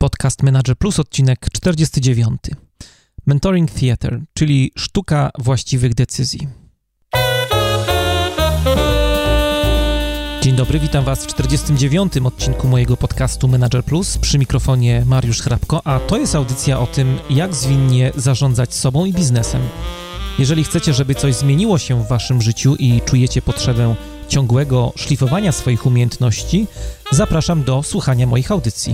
Podcast Manager Plus, odcinek 49. Mentoring Theater, czyli sztuka właściwych decyzji. Dzień dobry, witam Was w 49. odcinku mojego podcastu Manager Plus. Przy mikrofonie Mariusz Hrabko, a to jest audycja o tym, jak zwinnie zarządzać sobą i biznesem. Jeżeli chcecie, żeby coś zmieniło się w Waszym życiu i czujecie potrzebę ciągłego szlifowania swoich umiejętności, zapraszam do słuchania moich audycji.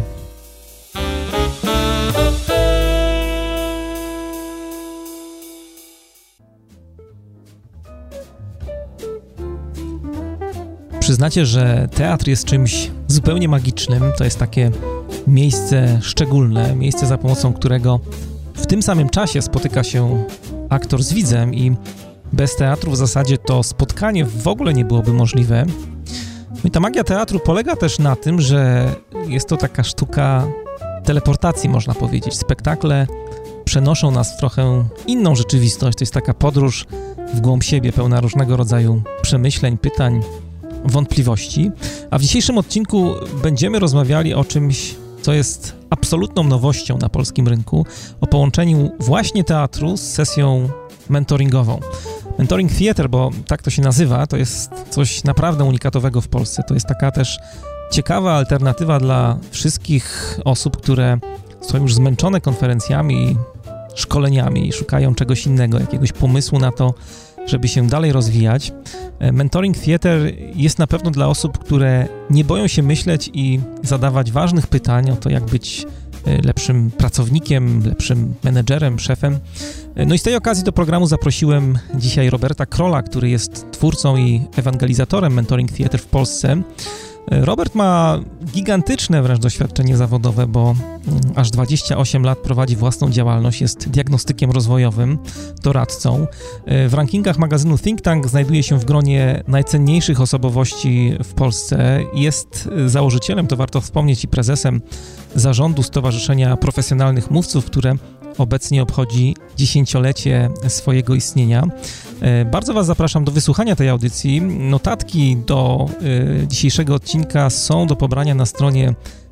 Przyznacie, że teatr jest czymś zupełnie magicznym. To jest takie miejsce szczególne, miejsce za pomocą którego w tym samym czasie spotyka się aktor z widzem i bez teatru w zasadzie to spotkanie w ogóle nie byłoby możliwe. I ta magia teatru polega też na tym, że jest to taka sztuka teleportacji, można powiedzieć. Spektakle przenoszą nas w trochę inną rzeczywistość. To jest taka podróż w głąb siebie, pełna różnego rodzaju przemyśleń, pytań, wątpliwości. A w dzisiejszym odcinku będziemy rozmawiali o czymś, co jest absolutną nowością na polskim rynku, o połączeniu właśnie teatru z sesją mentoringową. Mentoring Theater, bo tak to się nazywa, to jest coś naprawdę unikatowego w Polsce. To jest taka też ciekawa alternatywa dla wszystkich osób, które są już zmęczone konferencjami, szkoleniami i szukają czegoś innego, jakiegoś pomysłu na to, żeby się dalej rozwijać. Mentoring Theater jest na pewno dla osób, które nie boją się myśleć i zadawać ważnych pytań o to, jak być lepszym pracownikiem, lepszym menedżerem, szefem. No i z tej okazji do programu zaprosiłem dzisiaj Roberta Krola, który jest twórcą i ewangelizatorem Mentoring Theater w Polsce. Robert ma gigantyczne wręcz doświadczenie zawodowe, bo aż 28 lat prowadzi własną działalność, jest diagnostykiem rozwojowym, doradcą. W rankingach magazynu Think Tank znajduje się w gronie najcenniejszych osobowości w Polsce. Jest założycielem, to warto wspomnieć, i prezesem zarządu Stowarzyszenia Profesjonalnych Mówców, które obecnie obchodzi 10-lecie swojego istnienia. Bardzo Was zapraszam do wysłuchania tej audycji. Notatki do dzisiejszego odcinka są do pobrania na stronie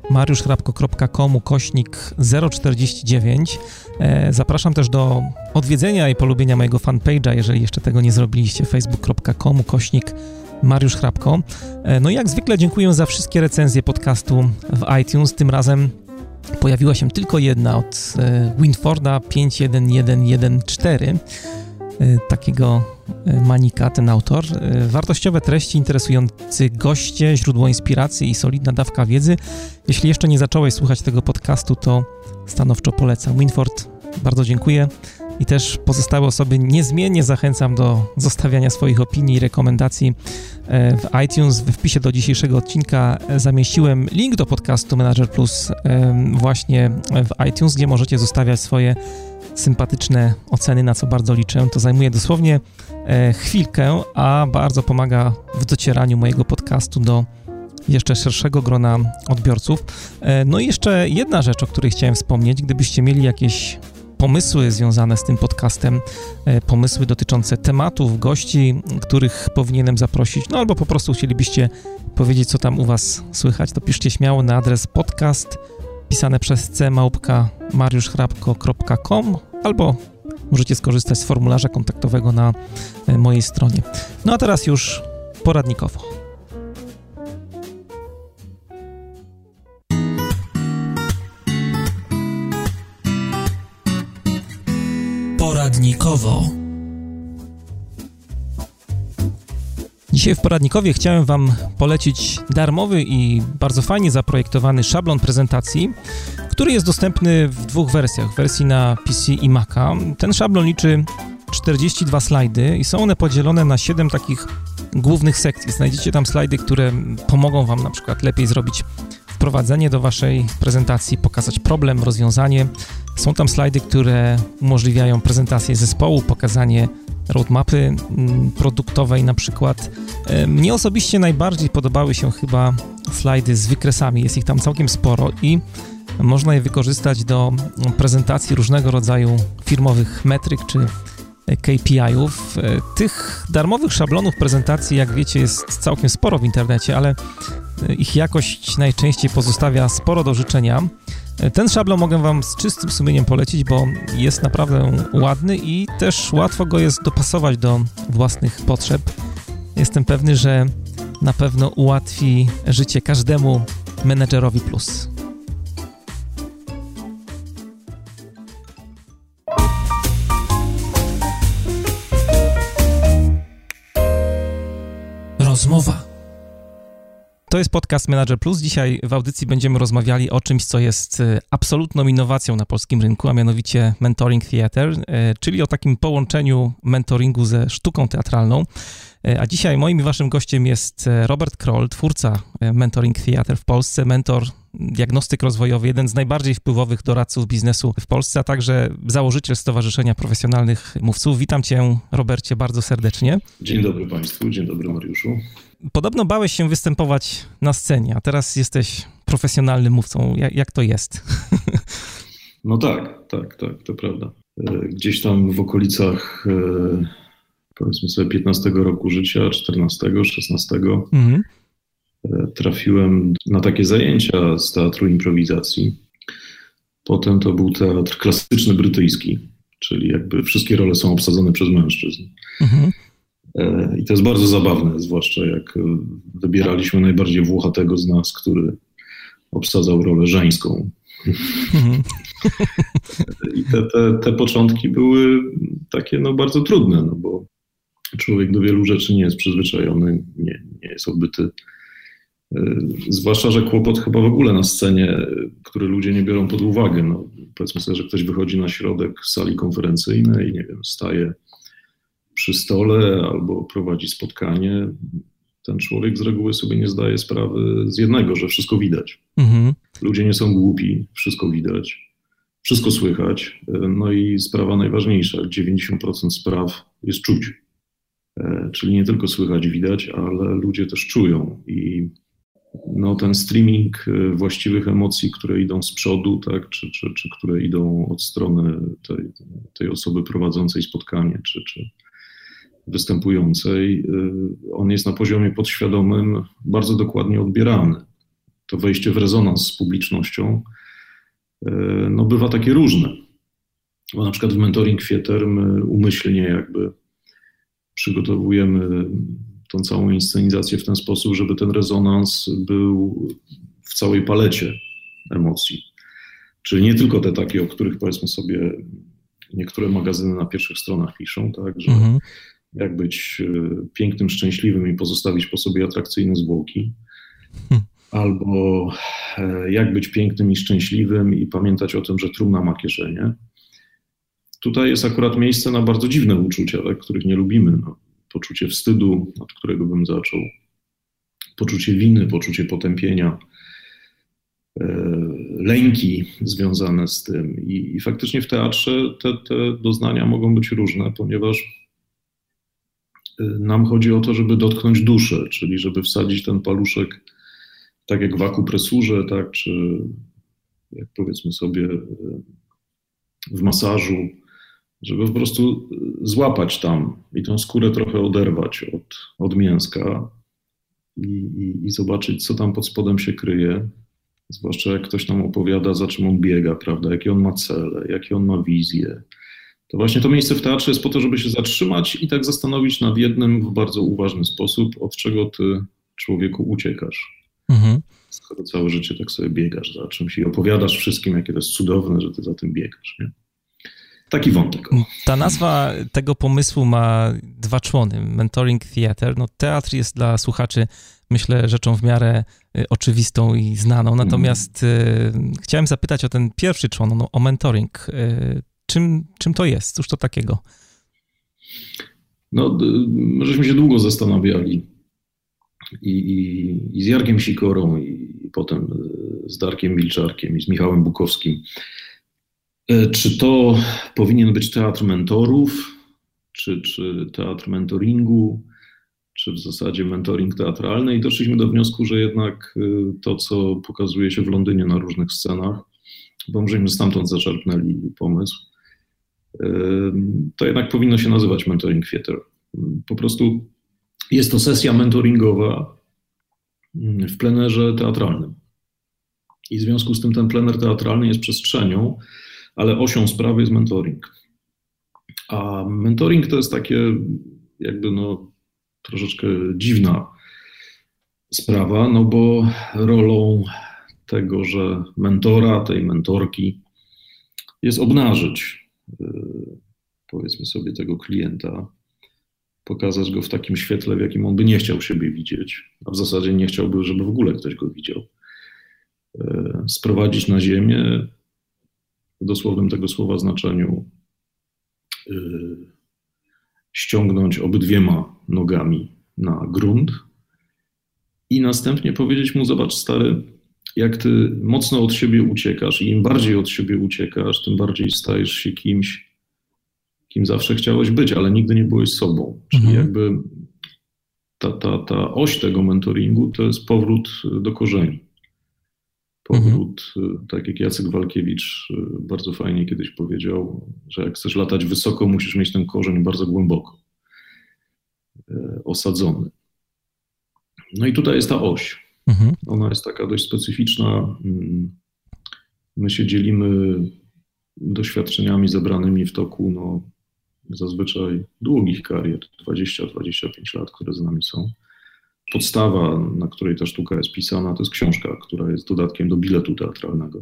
mariuszhrabko.com/049. Zapraszam też do odwiedzenia i polubienia mojego fanpage'a, jeżeli jeszcze tego nie zrobiliście, facebook.com/Mariusz Hrabko. No i jak zwykle dziękuję za wszystkie recenzje podcastu w iTunes. Tym razem pojawiła się tylko jedna od Winforda 51114, takiego manika, ten autor. Wartościowe treści, interesujący goście, źródło inspiracji i solidna dawka wiedzy. Jeśli jeszcze nie zacząłeś słuchać tego podcastu, to stanowczo polecam. Winford, bardzo dziękuję. I też pozostałe osoby niezmiennie zachęcam do zostawiania swoich opinii i rekomendacji w iTunes. W wpisie do dzisiejszego odcinka zamieściłem link do podcastu Manager Plus właśnie w iTunes, gdzie możecie zostawiać swoje sympatyczne oceny, na co bardzo liczę. To zajmuje dosłownie chwilkę, a bardzo pomaga w docieraniu mojego podcastu do jeszcze szerszego grona odbiorców. No i jeszcze jedna rzecz, o której chciałem wspomnieć. Gdybyście mieli jakieś pomysły związane z tym podcastem, pomysły dotyczące tematów, gości, których powinienem zaprosić, no albo po prostu chcielibyście powiedzieć, co tam u Was słychać, to piszcie śmiało na adres podcast pisane przez c@mariuszhrabko.com albo możecie skorzystać z formularza kontaktowego na mojej stronie. No a teraz już poradnikowo. Poradnikowo. Dzisiaj w poradnikowie chciałem Wam polecić darmowy i bardzo fajnie zaprojektowany szablon prezentacji, który jest dostępny w dwóch wersjach, wersji na PC i Maca. Ten szablon liczy 42 slajdy i są one podzielone na 7 takich głównych sekcji. Znajdziecie tam slajdy, które pomogą Wam na przykład lepiej zrobić wprowadzenie do Waszej prezentacji, pokazać problem, rozwiązanie. Są tam slajdy, które umożliwiają prezentację zespołu, pokazanie roadmapy produktowej na przykład. Mnie osobiście najbardziej podobały się chyba slajdy z wykresami. Jest ich tam całkiem sporo i można je wykorzystać do prezentacji różnego rodzaju firmowych metryk czy KPI-ów. Tych darmowych szablonów prezentacji, jak wiecie, jest całkiem sporo w internecie, ale ich jakość najczęściej pozostawia sporo do życzenia. Ten szablon mogę wam z czystym sumieniem polecić, bo jest naprawdę ładny i też łatwo go jest dopasować do własnych potrzeb. Jestem pewny, że na pewno ułatwi życie każdemu menedżerowi plus. Rozmowa. To jest podcast Manager Plus. Dzisiaj w audycji będziemy rozmawiali o czymś, co jest absolutną innowacją na polskim rynku, a mianowicie Mentoring Theater, czyli o takim połączeniu mentoringu ze sztuką teatralną. A dzisiaj moim i waszym gościem jest Robert Kroll, twórca Mentoring Theater w Polsce, mentor, diagnostyk rozwojowy, jeden z najbardziej wpływowych doradców biznesu w Polsce, a także założyciel Stowarzyszenia Profesjonalnych Mówców. Witam cię, Robercie, bardzo serdecznie. Dzień dobry Państwu, dzień dobry Mariuszu. Podobno bałeś się występować na scenie, a teraz jesteś profesjonalnym mówcą. Jak to jest? No tak, to prawda. Gdzieś tam w okolicach, powiedzmy sobie, 15 roku życia, 14, 16, trafiłem na takie zajęcia z teatru improwizacji. Potem to był teatr klasyczny brytyjski, czyli jakby wszystkie role są obsadzone przez mężczyzn. I to jest bardzo zabawne, zwłaszcza jak wybieraliśmy najbardziej włochatego z nas, który obsadzał rolę żeńską. I te początki były takie bardzo trudne, bo człowiek do wielu rzeczy nie jest przyzwyczajony, nie jest obyty. Zwłaszcza, że kłopot chyba w ogóle na scenie, który ludzie nie biorą pod uwagę. Powiedzmy sobie, że ktoś wychodzi na środek sali konferencyjnej, nie wiem, staje przy stole albo prowadzi spotkanie, ten człowiek z reguły sobie nie zdaje sprawy z jednego, że wszystko widać. Ludzie nie są głupi, wszystko widać, wszystko słychać. No i sprawa najważniejsza, 90% spraw jest czuć. Czyli nie tylko słychać, widać, ale ludzie też czują. I ten streaming właściwych emocji, które idą z przodu, tak, czy które idą od strony tej osoby prowadzącej spotkanie, czy występującej, on jest na poziomie podświadomym bardzo dokładnie odbierany. To wejście w rezonans z publicznością bywa takie różne. Bo na przykład w Mentoring Theater my umyślnie jakby przygotowujemy tą całą inscenizację w ten sposób, żeby ten rezonans był w całej palecie emocji. Czyli nie tylko te takie, o których powiedzmy sobie niektóre magazyny na pierwszych stronach piszą, tak, że jak być pięknym, szczęśliwym i pozostawić po sobie atrakcyjne zwłoki, albo jak być pięknym i szczęśliwym i pamiętać o tym, że trumna ma kieszenie. Tutaj jest akurat miejsce na bardzo dziwne uczucia, tak, których nie lubimy. Poczucie wstydu, od którego bym zaczął, poczucie winy, poczucie potępienia, lęki związane z tym. I faktycznie w teatrze te doznania mogą być różne, ponieważ nam chodzi o to, żeby dotknąć duszę, czyli żeby wsadzić ten paluszek tak jak w akupresurze, tak, czy jak powiedzmy sobie w masażu, żeby po prostu złapać tam i tą skórę trochę oderwać od mięska i zobaczyć, co tam pod spodem się kryje. Zwłaszcza jak ktoś nam opowiada, za czym on biega, prawda, jakie on ma cele, jakie on ma wizje. To właśnie to miejsce w teatrze jest po to, żeby się zatrzymać i tak zastanowić nad jednym w bardzo uważny sposób, od czego ty, człowieku, uciekasz. Skoro całe życie tak sobie biegasz za czymś i opowiadasz wszystkim, jakie to jest cudowne, że ty za tym biegasz, nie? Taki wątek. Ta nazwa tego pomysłu ma dwa człony. Mentoring Theater. Teatr jest dla słuchaczy, myślę, rzeczą w miarę oczywistą i znaną. Natomiast chciałem zapytać o ten pierwszy człon, o mentoring. Czym to jest? Cóż to takiego? Żeśmy się długo zastanawiali i z Jarkiem Sikorą i potem z Darkiem Milczarkiem i z Michałem Bukowskim. Czy to powinien być teatr mentorów, czy teatr mentoringu, czy w zasadzie mentoring teatralny? I doszliśmy do wniosku, że jednak to, co pokazuje się w Londynie na różnych scenach, bo możemy stamtąd zaczerpnęli pomysł, to jednak powinno się nazywać Mentoring Theater. Po prostu jest to sesja mentoringowa w plenerze teatralnym. I w związku z tym ten plener teatralny jest przestrzenią, ale osią sprawy jest mentoring. A mentoring to jest takie jakby troszeczkę dziwna sprawa, no bo rolą tego, że mentora, tej mentorki jest obnażyć, powiedzmy sobie, tego klienta, pokazać go w takim świetle, w jakim on by nie chciał siebie widzieć, a w zasadzie nie chciałby, żeby w ogóle ktoś go widział. Sprowadzić na ziemię, w dosłownym tego słowa znaczeniu, ściągnąć obydwiema nogami na grunt i następnie powiedzieć mu: zobacz, stary, jak ty mocno od siebie uciekasz i im bardziej od siebie uciekasz, tym bardziej stajesz się kimś, kim zawsze chciałeś być, ale nigdy nie byłeś sobą. Czyli jakby ta oś tego mentoringu to jest powrót do korzeni. Powrót, tak jak Jacek Walkiewicz bardzo fajnie kiedyś powiedział, że jak chcesz latać wysoko, musisz mieć ten korzeń bardzo głęboko osadzony. No i tutaj jest ta oś. Ona jest taka dość specyficzna. My się dzielimy doświadczeniami zebranymi w toku zazwyczaj długich karier, 20-25 lat, które z nami są. Podstawa, na której ta sztuka jest pisana, to jest książka, która jest dodatkiem do biletu teatralnego.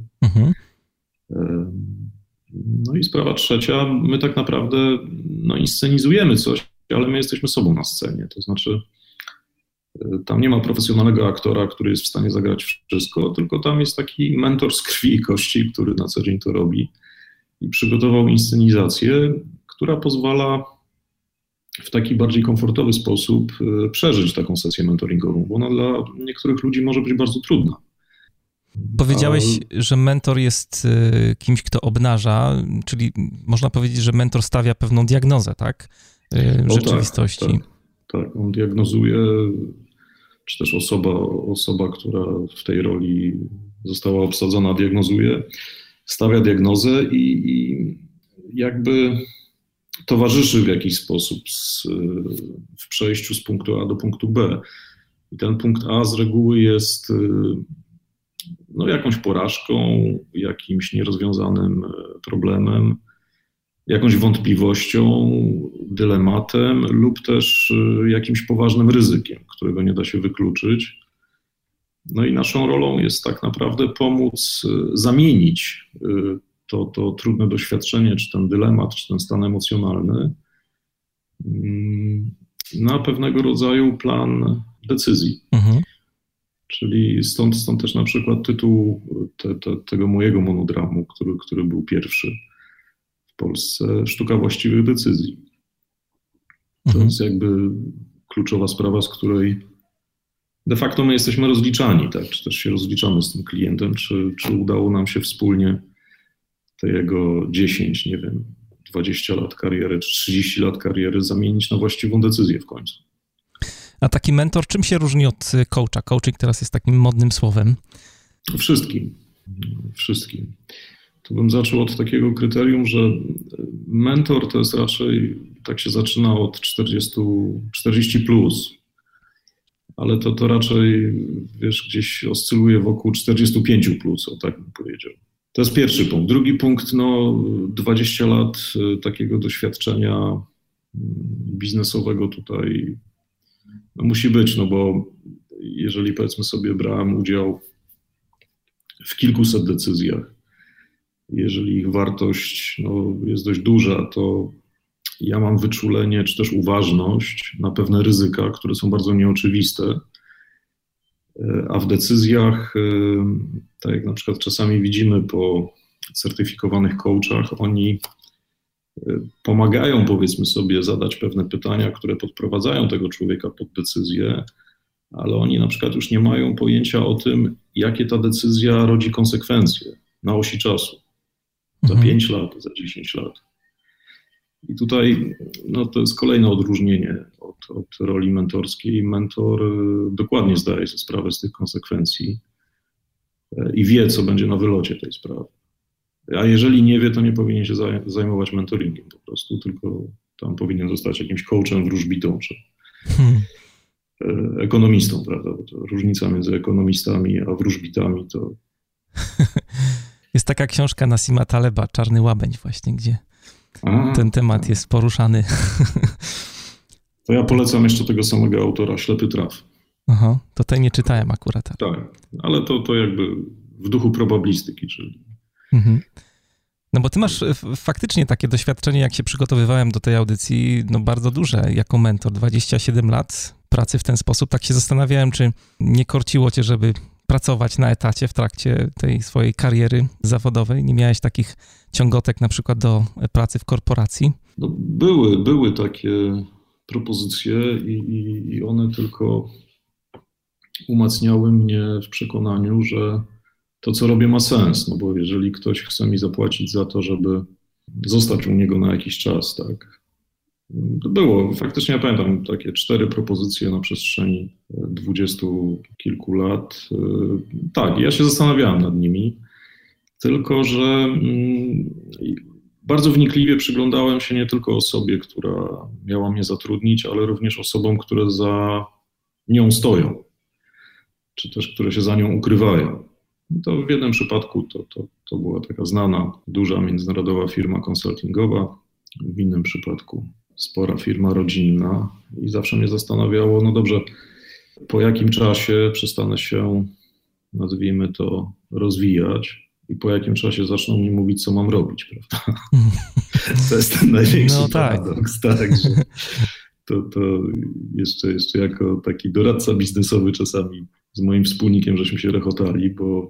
No i sprawa trzecia, my tak naprawdę inscenizujemy coś, ale my jesteśmy sobą na scenie. To znaczy, tam nie ma profesjonalnego aktora, który jest w stanie zagrać wszystko, tylko tam jest taki mentor z krwi i kości, który na co dzień to robi i przygotował inscenizację, która pozwala w taki bardziej komfortowy sposób przeżyć taką sesję mentoringową, bo ona dla niektórych ludzi może być bardzo trudna. Powiedziałeś, że mentor jest kimś, kto obnaża, czyli można powiedzieć, że mentor stawia pewną diagnozę, tak? Rzeczywistości. Tak, on diagnozuje, czy też osoba, która w tej roli została obsadzona, diagnozuje, stawia diagnozę i jakby towarzyszy w jakiś sposób w przejściu z punktu A do punktu B. I ten punkt A z reguły jest jakąś porażką, jakimś nierozwiązanym problemem, jakąś wątpliwością, dylematem lub też jakimś poważnym ryzykiem, którego nie da się wykluczyć. No i naszą rolą jest tak naprawdę pomóc zamienić to trudne doświadczenie, czy ten dylemat, czy ten stan emocjonalny na pewnego rodzaju plan decyzji. Czyli stąd też na przykład tytuł tego mojego monodramu, który był pierwszy w Polsce, Sztuka właściwych decyzji. To jest jakby kluczowa sprawa, z której de facto my jesteśmy rozliczani, tak? Czy też się rozliczamy z tym klientem, czy udało nam się wspólnie te jego 10, 20 lat kariery, czy 30 lat kariery zamienić na właściwą decyzję w końcu. A taki mentor czym się różni od coacha? Coaching teraz jest takim modnym słowem. Wszystkim. Tu bym zaczął od takiego kryterium, że mentor to jest raczej, tak się zaczyna od 40 plus, ale to raczej, gdzieś oscyluje wokół 45 plus, o tak bym powiedział. To jest pierwszy punkt. Drugi punkt, 20 lat takiego doświadczenia biznesowego tutaj musi być, bo jeżeli powiedzmy sobie brałem udział w kilkuset decyzjach, jeżeli ich wartość jest dość duża, to ja mam wyczulenie czy też uważność na pewne ryzyka, które są bardzo nieoczywiste, a w decyzjach, tak jak na przykład czasami widzimy po certyfikowanych coachach, oni pomagają, powiedzmy sobie, zadać pewne pytania, które podprowadzają tego człowieka pod decyzję, ale oni na przykład już nie mają pojęcia o tym, jakie ta decyzja rodzi konsekwencje na osi czasu. Za 5 lat, za 10 lat. I tutaj to jest kolejne odróżnienie od roli mentorskiej. Mentor dokładnie zdaje sobie sprawę z tych konsekwencji i wie, co będzie na wylocie tej sprawy. A jeżeli nie wie, to nie powinien się zajmować mentoringiem po prostu, tylko tam powinien zostać jakimś coachem, wróżbitą czy ekonomistą, prawda? Bo to różnica między ekonomistami a wróżbitami to Jest taka książka Nassima Taleba, Czarny łabędź właśnie, gdzie ten temat jest poruszany. To ja polecam jeszcze tego samego autora, Ślepy traf. Aha, to tej nie czytałem akurat. Tak, ale to jakby w duchu probabilistyki, czyli... Mhm. No bo ty masz faktycznie takie doświadczenie, jak się przygotowywałem do tej audycji, no bardzo duże jako mentor, 27 lat pracy w ten sposób. Tak się zastanawiałem, czy nie korciło cię, żeby pracować na etacie w trakcie tej swojej kariery zawodowej? Nie miałeś takich ciągotek na przykład do pracy w korporacji? No były takie propozycje i one tylko umacniały mnie w przekonaniu, że to, co robię, ma sens, no bo jeżeli ktoś chce mi zapłacić za to, żeby zostać u niego na jakiś czas, tak. To było, faktycznie ja pamiętam takie 4 propozycje na przestrzeni 20 kilku lat. Tak, ja się zastanawiałem nad nimi, tylko że bardzo wnikliwie przyglądałem się nie tylko osobie, która miała mnie zatrudnić, ale również osobom, które za nią stoją, czy też które się za nią ukrywają. To w jednym przypadku to była taka znana, duża międzynarodowa firma konsultingowa, w innym przypadku spora firma rodzinna i zawsze mnie zastanawiało, no dobrze, po jakim czasie przestanę się, nazwijmy to, rozwijać i po jakim czasie zaczną mi mówić, co mam robić, prawda? To jest ten największy paradoks, tak, że to jeszcze jako taki doradca biznesowy czasami z moim wspólnikiem żeśmy się rechotali, bo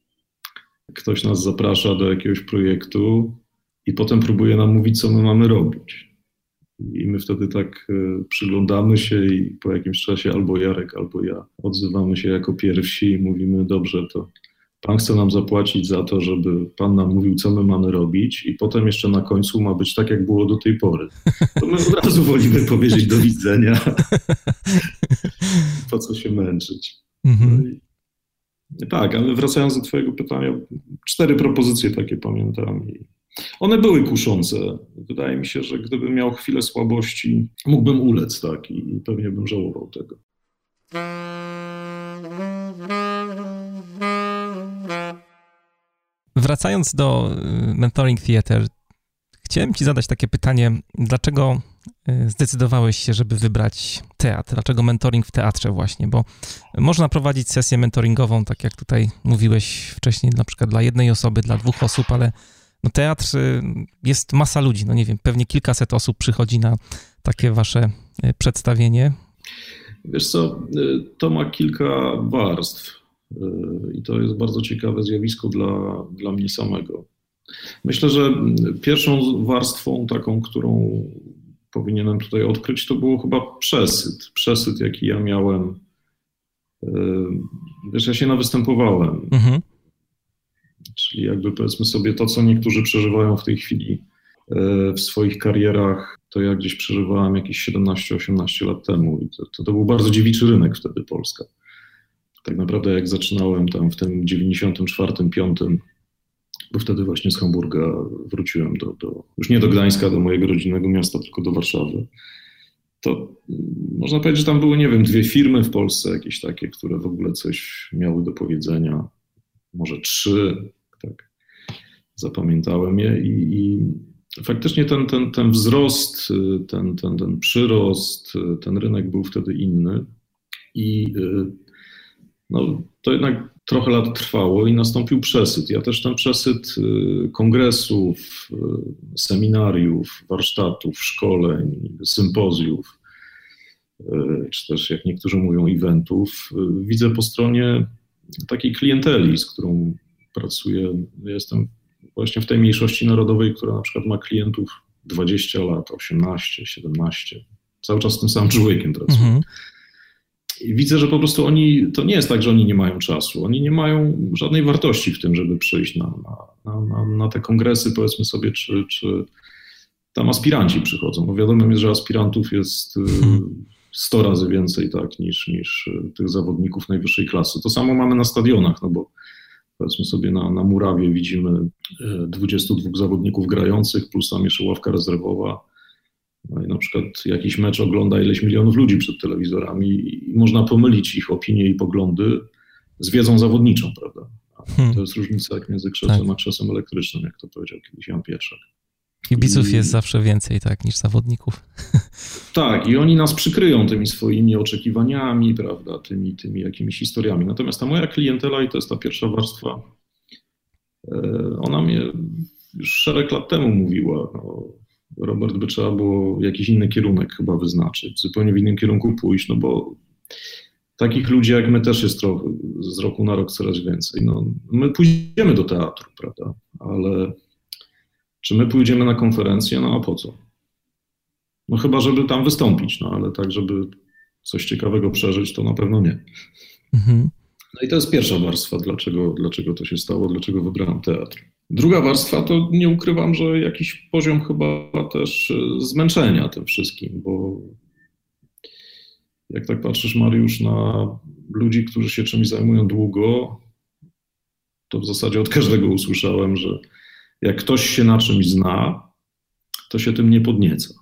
ktoś nas zaprasza do jakiegoś projektu i potem próbuje nam mówić, co my mamy robić. I my wtedy tak przyglądamy się i po jakimś czasie albo Jarek, albo ja odzywamy się jako pierwsi i mówimy, dobrze, to pan chce nam zapłacić za to, żeby pan nam mówił, co my mamy robić i potem jeszcze na końcu ma być tak, jak było do tej pory. To my od razu wolimy powiedzieć do widzenia. Po co się męczyć? Mhm. Tak, ale wracając do twojego pytania, 4 propozycje takie pamiętam i one były kuszące. Wydaje mi się, że gdybym miał chwilę słabości, mógłbym ulec, tak, i pewnie bym żałował tego. Wracając do Mentoring Theatre, chciałem ci zadać takie pytanie, dlaczego zdecydowałeś się, żeby wybrać teatr? Dlaczego mentoring w teatrze właśnie? Bo można prowadzić sesję mentoringową, tak jak tutaj mówiłeś wcześniej, na przykład dla jednej osoby, dla 2 osób, ale no teatr jest masa ludzi, no nie wiem, pewnie kilkaset osób przychodzi na takie wasze przedstawienie. Wiesz co, to ma kilka warstw i to jest bardzo ciekawe zjawisko dla mnie samego. Myślę, że pierwszą warstwą taką, którą powinienem tutaj odkryć, to było chyba przesyt. Przesyt, jaki ja miałem. Wiesz, ja się nawystępowałem. Mhm. Czyli jakby powiedzmy sobie to, co niektórzy przeżywają w tej chwili w swoich karierach, to ja gdzieś przeżywałem jakieś 17-18 lat temu i to był bardzo dziewiczy rynek wtedy Polska. Tak naprawdę jak zaczynałem tam w tym 94-5, bo wtedy właśnie z Hamburga wróciłem już nie do Gdańska, do mojego rodzinnego miasta, tylko do Warszawy, to można powiedzieć, że tam były, nie wiem, 2 firmy w Polsce jakieś takie, które w ogóle coś miały do powiedzenia, może 3, tak, zapamiętałem je i faktycznie ten wzrost, ten przyrost, ten rynek był wtedy inny i no, to jednak trochę lat trwało i nastąpił przesyt. Ja też ten przesyt kongresów, seminariów, warsztatów, szkoleń, sympozjów, czy też jak niektórzy mówią eventów, widzę po stronie takiej klienteli, z którą pracuję. Ja jestem właśnie w tej mniejszości narodowej, która na przykład ma klientów 20 lat, 18, 17. Cały czas z tym samym człowiekiem pracuję. Mhm. I widzę, że po prostu to nie jest tak, że oni nie mają czasu. Oni nie mają żadnej wartości w tym, żeby przyjść na te kongresy, powiedzmy sobie, czy tam aspiranci przychodzą. Bo wiadomo jest, że aspirantów jest 100 razy więcej tak niż tych zawodników najwyższej klasy. To samo mamy na stadionach, no bo powiedzmy sobie na murawie widzimy 22 zawodników grających, plus tam jeszcze ławka rezerwowa. No i na przykład jakiś mecz ogląda ileś milionów ludzi przed telewizorami i można pomylić ich opinie i poglądy z wiedzą zawodniczą, prawda? To jest różnica jak między krzesłem a krzesłem elektrycznym, jak to powiedział kiedyś Jan Pietrzak. Kibiców jest zawsze więcej, tak, niż zawodników. Tak, i oni nas przykryją tymi swoimi oczekiwaniami, prawda, tymi jakimiś historiami. Natomiast ta moja klientela, i to jest ta pierwsza warstwa, ona mnie już szereg lat temu mówiła, no, Robert, by trzeba było jakiś inny kierunek chyba wyznaczyć, zupełnie w innym kierunku pójść, no bo takich ludzi jak my też jest trochę, z roku na rok coraz więcej. No, my pójdziemy do teatru, prawda, ale czy my pójdziemy na konferencję? No a po co? No chyba, żeby tam wystąpić, no ale tak, żeby coś ciekawego przeżyć, to na pewno nie. Mhm. No i to jest pierwsza warstwa, dlaczego to się stało, dlaczego wybrałem teatr. Druga warstwa to nie ukrywam, że jakiś poziom chyba też zmęczenia tym wszystkim, bo jak tak patrzysz, Mariusz, na ludzi, którzy się czymś zajmują długo, to w zasadzie od każdego usłyszałem, że jak ktoś się na czymś zna, to się tym nie podnieca.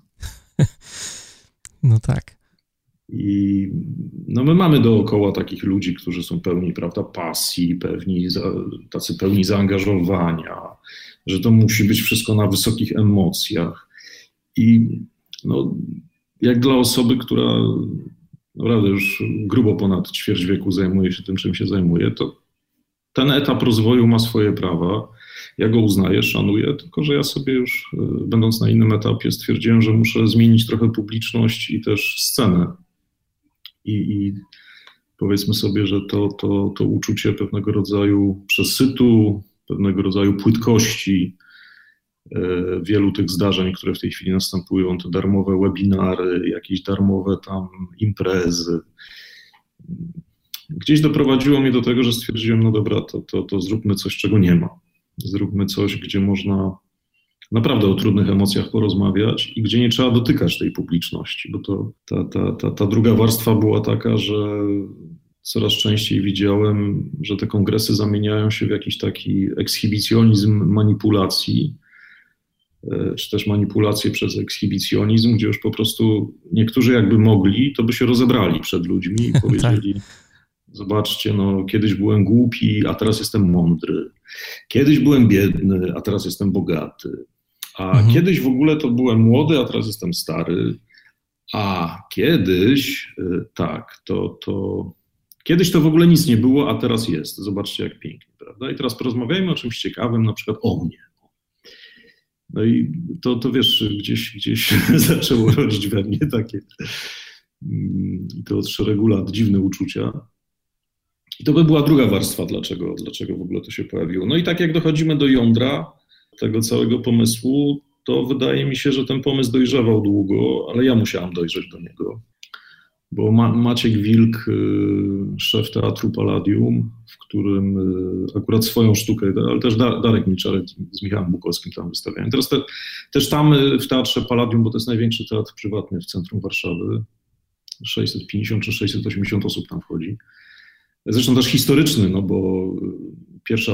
No tak. I no my mamy dookoła takich ludzi, którzy są pełni, prawda, pasji, tacy pełni zaangażowania, że to musi być wszystko na wysokich emocjach. I no, jak dla osoby, która naprawdę już grubo ponad ćwierć wieku zajmuje się tym, czym się zajmuje, to ten etap rozwoju ma swoje prawa. Ja go uznaję, szanuję, tylko że ja sobie już, będąc na innym etapie, stwierdziłem, że muszę zmienić trochę publiczność i też scenę. I powiedzmy sobie, że to uczucie pewnego rodzaju przesytu, pewnego rodzaju płytkości wielu tych zdarzeń, które w tej chwili następują, te darmowe webinary, jakieś darmowe tam imprezy, gdzieś doprowadziło mnie do tego, że stwierdziłem, no dobra, to zróbmy coś, czego nie ma. Zróbmy coś, gdzie można naprawdę o trudnych emocjach porozmawiać i gdzie nie trzeba dotykać tej publiczności, bo to ta druga warstwa była taka, że coraz częściej widziałem, że te kongresy zamieniają się w jakiś taki ekshibicjonizm manipulacji, czy też manipulacje przez ekshibicjonizm, gdzie już po prostu niektórzy jakby mogli, to by się rozebrali przed ludźmi i powiedzieli... Zobaczcie, no kiedyś byłem głupi, a teraz jestem mądry. Kiedyś byłem biedny, a teraz jestem bogaty. A kiedyś w ogóle to byłem młody, a teraz jestem stary. A kiedyś, kiedyś to w ogóle nic nie było, a teraz jest. Zobaczcie, jak pięknie, prawda? I teraz porozmawiajmy o czymś ciekawym, na przykład o mnie. No i to wiesz, gdzieś zaczęło rodzić we mnie takie, i to od szeregu lat, dziwne uczucia. I to by była druga warstwa, dlaczego w ogóle to się pojawiło. No i tak jak dochodzimy do jądra tego całego pomysłu, to wydaje mi się, że ten pomysł dojrzewał długo, ale ja musiałem dojrzeć do niego. Bo Maciek Wilk, szef Teatru Palladium, w którym akurat swoją sztukę, ale też Darek Milczarek z Michałem Bukowskim tam wystawiają. Teraz też tam w Teatrze Palladium, bo to jest największy teatr prywatny w centrum Warszawy, 650 czy 680 osób tam wchodzi. Zresztą też historyczny, no bo pierwsza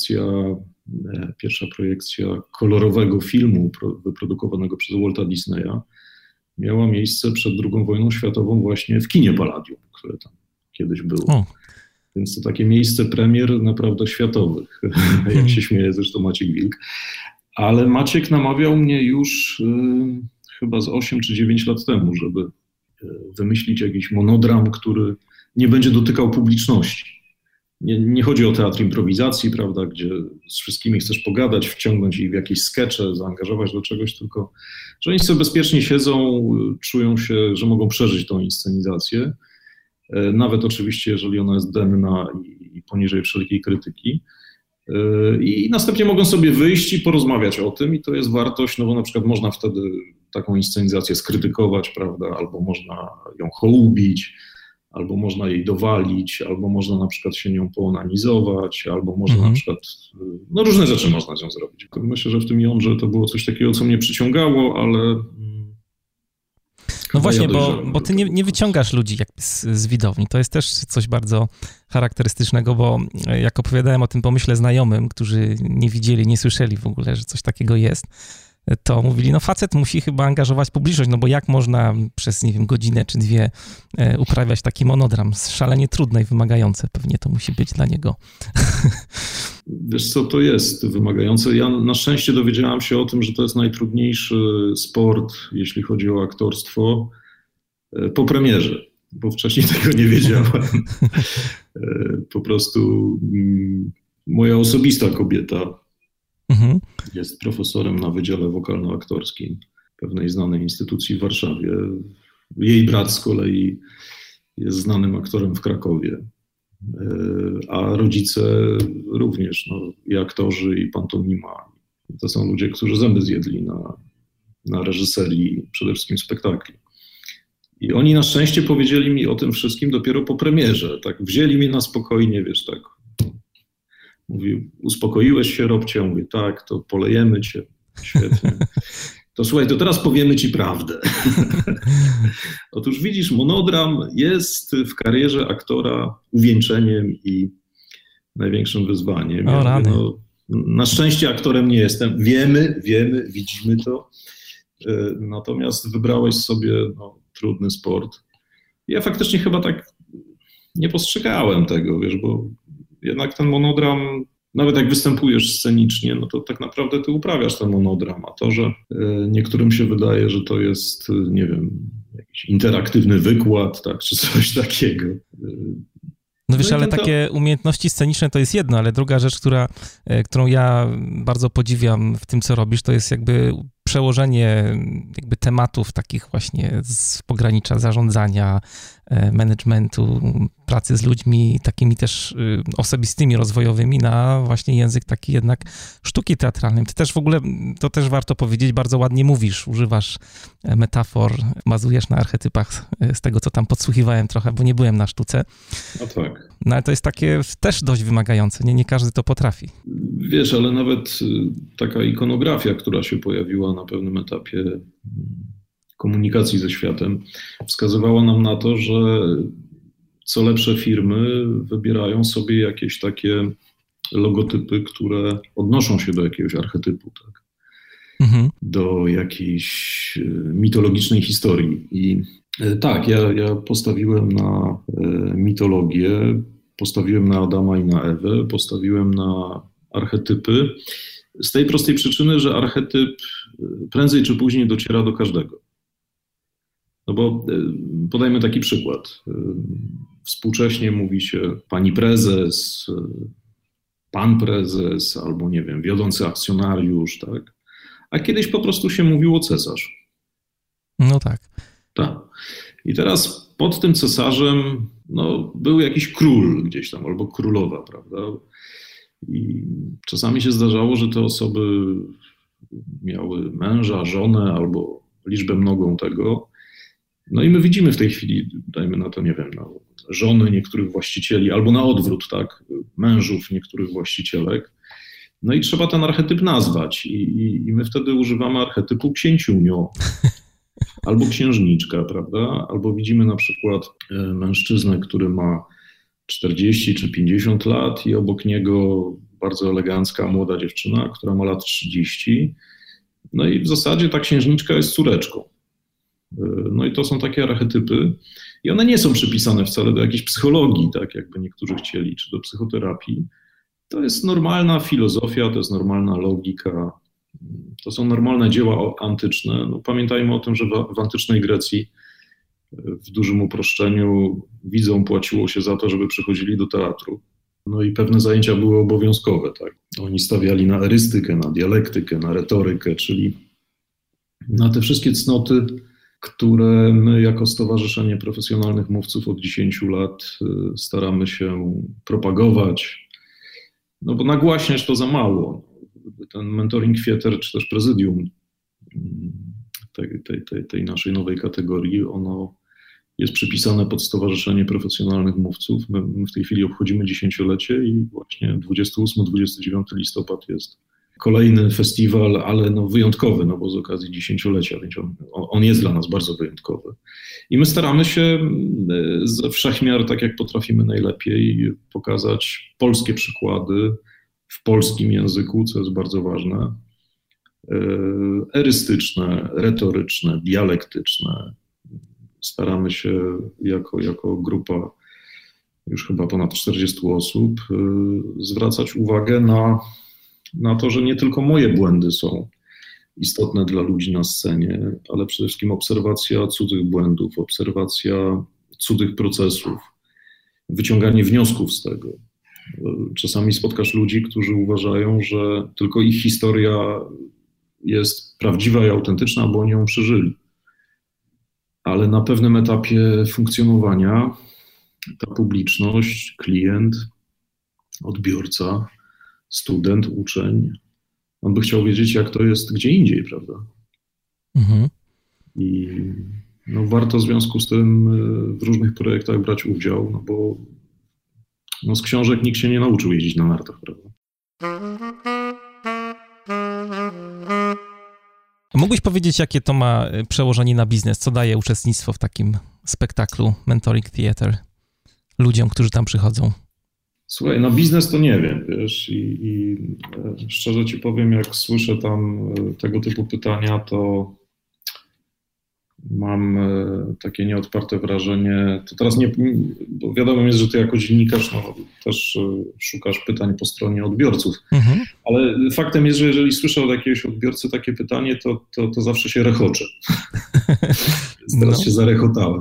projekcja kolorowego filmu wyprodukowanego przez Walta Disneya miała miejsce przed II wojną światową właśnie w kinie Palladium, które tam kiedyś było. Więc to takie miejsce premier naprawdę światowych, jak się śmieje zresztą Maciek Wilk. Ale Maciek namawiał mnie już chyba z 8 czy 9 lat temu, żeby wymyślić jakiś monodram, który nie będzie dotykał publiczności. Nie chodzi o teatr improwizacji, prawda, gdzie z wszystkimi chcesz pogadać, wciągnąć ich w jakieś skecze, zaangażować do czegoś, tylko że oni sobie bezpiecznie siedzą, czują się, że mogą przeżyć tą inscenizację, nawet oczywiście, jeżeli ona jest denna i poniżej wszelkiej krytyki. I następnie mogą sobie wyjść i porozmawiać o tym i to jest wartość, no bo na przykład można wtedy taką inscenizację skrytykować, prawda, albo można ją hołubić, albo można jej dowalić, albo można na przykład się nią poonanizować, albo można na przykład, no różne rzeczy można z nią zrobić. Myślę, że w tym jądrze to było coś takiego, co mnie przyciągało, ale... No właśnie, bo ty nie wyciągasz ludzi jakby z widowni. To jest też coś bardzo charakterystycznego, bo jak opowiadałem o tym pomyśle znajomym, którzy nie widzieli, nie słyszeli w ogóle, że coś takiego jest, to mówili, no facet musi chyba angażować publiczność, no bo jak można przez, nie wiem, godzinę czy dwie uprawiać taki monodram? Szalenie trudne i wymagające pewnie to musi być dla niego. Wiesz co, to jest wymagające. Ja na szczęście dowiedziałam się o tym, że to jest najtrudniejszy sport, jeśli chodzi o aktorstwo, po premierze, bo wcześniej tego nie wiedziałem. Po prostu moja osobista kobieta jest profesorem na Wydziale Wokalno-Aktorskim pewnej znanej instytucji w Warszawie. Jej brat z kolei jest znanym aktorem w Krakowie. A rodzice również, no, i aktorzy, i pantomima. To są ludzie, którzy zęby zjedli na reżyserii przede wszystkim spektakli. I oni na szczęście powiedzieli mi o tym wszystkim dopiero po premierze. Tak, wzięli mnie na spokojnie, wiesz, tak. Mówi, uspokoiłeś się, Robcie? Ja mówię, tak, to polejemy cię. Świetnie. To słuchaj, to teraz powiemy ci prawdę. Otóż widzisz, monodram jest w karierze aktora uwieńczeniem i największym wyzwaniem. Ja mówię, no, na szczęście aktorem nie jestem. Wiemy, widzimy to. Natomiast wybrałeś sobie trudny sport. Ja faktycznie chyba tak nie postrzegałem tego, wiesz, bo jednak ten monodram, nawet jak występujesz scenicznie, no to tak naprawdę ty uprawiasz ten monodram, a to, że niektórym się wydaje, że to jest, nie wiem, jakiś interaktywny wykład, tak, czy coś takiego. No wiesz, ale takie umiejętności sceniczne to jest jedno, ale druga rzecz, którą ja bardzo podziwiam w tym, co robisz, to jest jakby przełożenie jakby tematów takich właśnie z pogranicza zarządzania, managementu, pracy z ludźmi, takimi też osobistymi, rozwojowymi na właśnie język taki jednak sztuki teatralnej. Ty też w ogóle, to też warto powiedzieć, bardzo ładnie mówisz, używasz metafor, bazujesz na archetypach z tego, co tam podsłuchiwałem trochę, bo nie byłem na sztuce. No tak. No ale to jest takie też dość wymagające, nie każdy to potrafi. Wiesz, ale nawet taka ikonografia, która się pojawiła na pewnym etapie komunikacji ze światem, wskazywała nam na to, że co lepsze firmy wybierają sobie jakieś takie logotypy, które odnoszą się do jakiegoś archetypu, tak? Do jakiejś mitologicznej historii. I tak, ja postawiłem na mitologię, postawiłem na Adama i na Ewę, postawiłem na archetypy z tej prostej przyczyny, że archetyp prędzej czy później dociera do każdego. No bo podajmy taki przykład. Współcześnie mówi się pani prezes, pan prezes, albo nie wiem, wiodący akcjonariusz, tak? A kiedyś po prostu się mówiło cesarz. No tak. Tak. I teraz pod tym cesarzem był jakiś król gdzieś tam, albo królowa, prawda? I czasami się zdarzało, że te osoby miały męża, żonę albo liczbę mnogą tego. No i my widzimy w tej chwili, dajmy na to, nie wiem, żony niektórych właścicieli, albo na odwrót, tak, mężów niektórych właścicielek. No i trzeba ten archetyp nazwać i my wtedy używamy archetypu księciunio albo księżniczka, prawda? Albo widzimy na przykład mężczyznę, który ma 40 czy 50 lat i obok niego bardzo elegancka młoda dziewczyna, która ma lat 30. No i w zasadzie ta księżniczka jest córeczką. No i to są takie archetypy i one nie są przypisane wcale do jakiejś psychologii, tak jakby niektórzy chcieli, czy do psychoterapii. To jest normalna filozofia, to jest normalna logika, to są normalne dzieła antyczne. No, pamiętajmy o tym, że w antycznej Grecji w dużym uproszczeniu widzom płaciło się za to, żeby przychodzili do teatru. No i pewne zajęcia były obowiązkowe, tak. Oni stawiali na erystykę, na dialektykę, na retorykę, czyli na te wszystkie cnoty, które my jako Stowarzyszenie Profesjonalnych Mówców od 10 lat staramy się propagować, no bo nagłaśniać to za mało. Ten mentoring theater, czy też prezydium tej naszej nowej kategorii, ono jest przypisane pod Stowarzyszenie Profesjonalnych Mówców. My w tej chwili obchodzimy 10-lecie i właśnie 28-29 listopad jest kolejny festiwal, ale wyjątkowy, bo z okazji 10-lecia, więc on jest dla nas bardzo wyjątkowy. I my staramy się ze wszechmiar, tak jak potrafimy najlepiej, pokazać polskie przykłady w polskim języku, co jest bardzo ważne, erystyczne, retoryczne, dialektyczne. Staramy się jako grupa już chyba ponad 40 osób zwracać uwagę na to, że nie tylko moje błędy są istotne dla ludzi na scenie, ale przede wszystkim obserwacja cudzych błędów, obserwacja cudzych procesów, wyciąganie wniosków z tego. Czasami spotkasz ludzi, którzy uważają, że tylko ich historia jest prawdziwa i autentyczna, bo oni ją przeżyli. Ale na pewnym etapie funkcjonowania ta publiczność, klient, odbiorca, student, uczeń, on by chciał wiedzieć, jak to jest gdzie indziej, prawda? Mhm. I warto w związku z tym w różnych projektach brać udział, bo z książek nikt się nie nauczył jeździć na nartach, prawda? Mógłbyś powiedzieć, jakie to ma przełożenie na biznes? Co daje uczestnictwo w takim spektaklu Mentoring Theater ludziom, którzy tam przychodzą? Słuchaj, na biznes to nie wiem, wiesz, i szczerze ci powiem, jak słyszę tam tego typu pytania, to mam takie nieodparte wrażenie, to teraz nie, bo wiadomo jest, że ty jako dziennikarz też szukasz pytań po stronie odbiorców, ale faktem jest, że jeżeli słyszę od jakiegoś odbiorcy takie pytanie, to zawsze się rechoczę. Teraz się zarechotałem.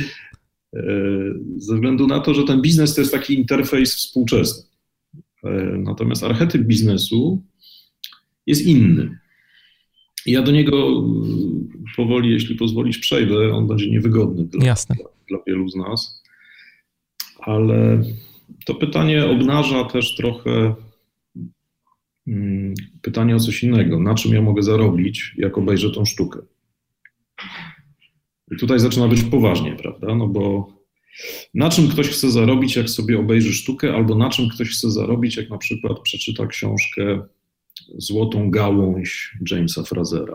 Ze względu na to, że ten biznes to jest taki interfejs współczesny. Natomiast archetyp biznesu jest inny. Ja do niego powoli, jeśli pozwolisz, przejdę. On będzie niewygodny dla wielu z nas. Ale to pytanie obnaża też trochę pytanie o coś innego. Na czym ja mogę zarobić, jak obejrzę tą sztukę? I tutaj zaczyna być poważnie, prawda? Bo na czym ktoś chce zarobić, jak sobie obejrzy sztukę, albo na czym ktoś chce zarobić, jak na przykład przeczyta książkę Złotą gałąź Jamesa Frazera.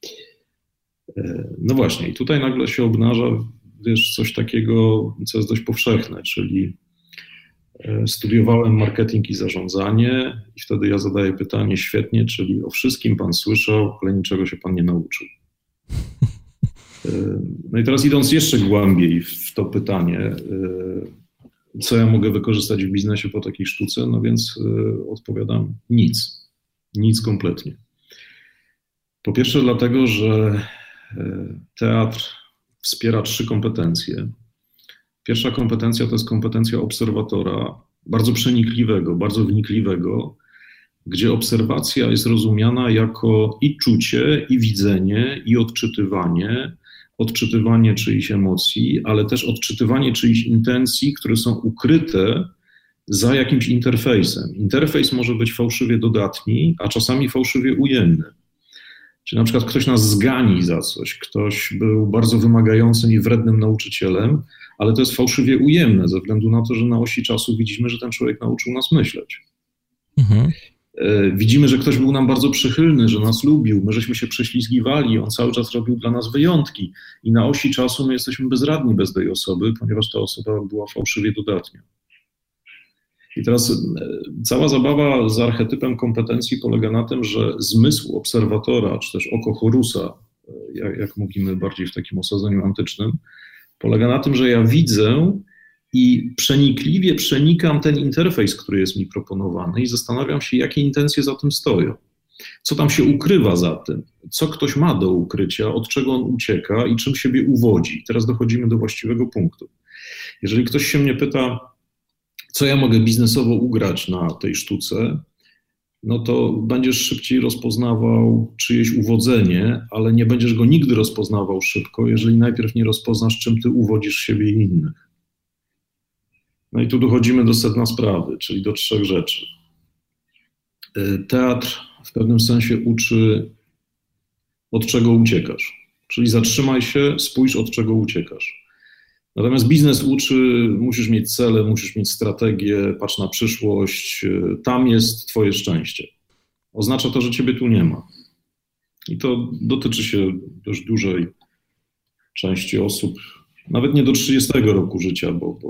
No właśnie, i tutaj nagle się obnaża, wiesz, coś takiego, co jest dość powszechne, czyli studiowałem marketing i zarządzanie i wtedy ja zadaję pytanie, świetnie, czyli o wszystkim pan słyszał, ale niczego się pan nie nauczył. No i teraz idąc jeszcze głębiej w to pytanie, co ja mogę wykorzystać w biznesie po takiej sztuce, no więc odpowiadam nic. Nic kompletnie. Po pierwsze dlatego, że teatr wspiera 3 kompetencje. Pierwsza kompetencja to jest kompetencja obserwatora, bardzo przenikliwego, bardzo wnikliwego, gdzie obserwacja jest rozumiana jako i czucie, i widzenie, i odczytywanie czyichś emocji, ale też odczytywanie czyichś intencji, które są ukryte za jakimś interfejsem. Interfejs może być fałszywie dodatni, a czasami fałszywie ujemny. Czyli na przykład ktoś nas zgani za coś, ktoś był bardzo wymagającym i wrednym nauczycielem, ale to jest fałszywie ujemne ze względu na to, że na osi czasu widzimy, że ten człowiek nauczył nas myśleć. Widzimy, że ktoś był nam bardzo przychylny, że nas lubił, my żeśmy się prześlizgiwali, on cały czas robił dla nas wyjątki i na osi czasu my jesteśmy bezradni bez tej osoby, ponieważ ta osoba była fałszywie dodatnia. I teraz cała zabawa z archetypem kompetencji polega na tym, że zmysł obserwatora, czy też oko Horusa, jak mówimy bardziej w takim osadzeniu antycznym, polega na tym, że ja widzę i przenikliwie przenikam ten interfejs, który jest mi proponowany i zastanawiam się, jakie intencje za tym stoją. Co tam się ukrywa za tym? Co ktoś ma do ukrycia, od czego on ucieka i czym siebie uwodzi? Teraz dochodzimy do właściwego punktu. Jeżeli ktoś się mnie pyta, co ja mogę biznesowo ugrać na tej sztuce, no to będziesz szybciej rozpoznawał czyjeś uwodzenie, ale nie będziesz go nigdy rozpoznawał szybko, jeżeli najpierw nie rozpoznasz, czym ty uwodzisz siebie i innych. No i tu dochodzimy do sedna sprawy, czyli do 3 rzeczy. Teatr w pewnym sensie uczy, od czego uciekasz. Czyli zatrzymaj się, spójrz, od czego uciekasz. Natomiast biznes uczy, musisz mieć cele, musisz mieć strategię, patrz na przyszłość, tam jest twoje szczęście. Oznacza to, że ciebie tu nie ma. I to dotyczy się dość dużej części osób, nawet nie do 30 roku życia, bo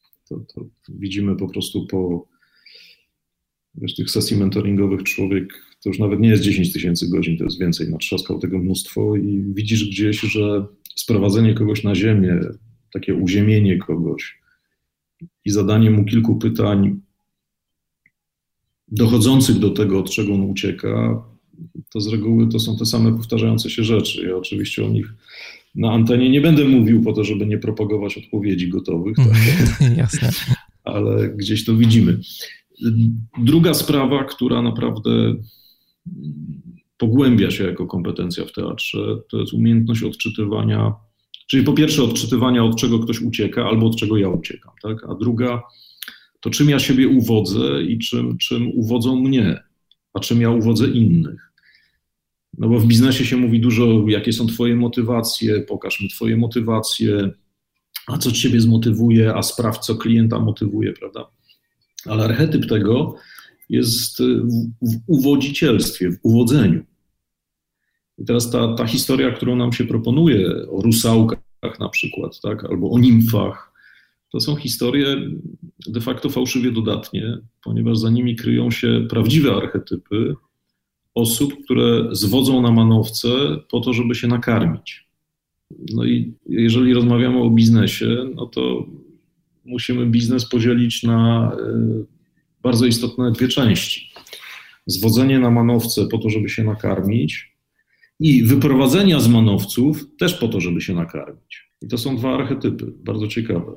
to widzimy po prostu po tych sesji mentoringowych, człowiek to już nawet nie jest 10 000 godzin, to jest więcej, natrzaskał tego mnóstwo i widzisz gdzieś, że sprowadzenie kogoś na ziemię, takie uziemienie kogoś i zadanie mu kilku pytań dochodzących do tego, od czego on ucieka, to z reguły to są te same powtarzające się rzeczy. Ja oczywiście o nich na antenie nie będę mówił po to, żeby nie propagować odpowiedzi gotowych, tak? Jasne. Ale gdzieś to widzimy. Druga sprawa, która naprawdę pogłębia się jako kompetencja w teatrze, to jest umiejętność odczytywania, czyli po pierwsze odczytywania, od czego ktoś ucieka, albo od czego ja uciekam, tak? A druga, to czym ja siebie uwodzę i czym uwodzą mnie, a czym ja uwodzę innych. No bo w biznesie się mówi dużo, jakie są twoje motywacje, pokaż mi twoje motywacje, a co ciebie zmotywuje, a sprawdź, co klienta motywuje, prawda? Ale archetyp tego jest w uwodzicielstwie, w uwodzeniu. I teraz ta historia, którą nam się proponuje, o rusałkach na przykład, tak, albo o nimfach, to są historie de facto fałszywie dodatnie, ponieważ za nimi kryją się prawdziwe archetypy osób, które zwodzą na manowce po to, żeby się nakarmić. No i jeżeli rozmawiamy o biznesie, no to musimy biznes podzielić na bardzo istotne dwie części. Zwodzenie na manowce po to, żeby się nakarmić i wyprowadzenia z manowców też po to, żeby się nakarmić. I to są dwa archetypy, bardzo ciekawe.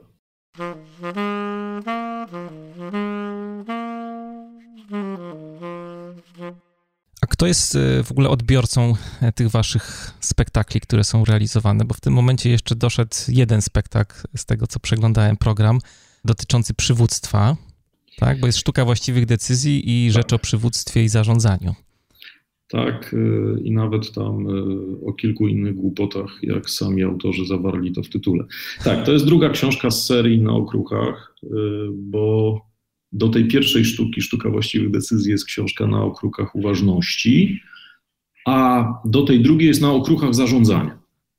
A kto jest w ogóle odbiorcą tych waszych spektakli, które są realizowane? Bo w tym momencie jeszcze doszedł jeden spektakl z tego, co przeglądałem program, dotyczący przywództwa, tak? Bo jest sztuka właściwych decyzji i rzecz o przywództwie i zarządzaniu. Tak, i nawet tam o kilku innych głupotach, jak sami autorzy zawarli to w tytule. Tak, to jest druga książka z serii Na okruchach, bo do tej pierwszej sztuki, Sztuka właściwych decyzji, jest książka Na okruchach uważności, a do tej drugiej jest Na okruchach zarządzania.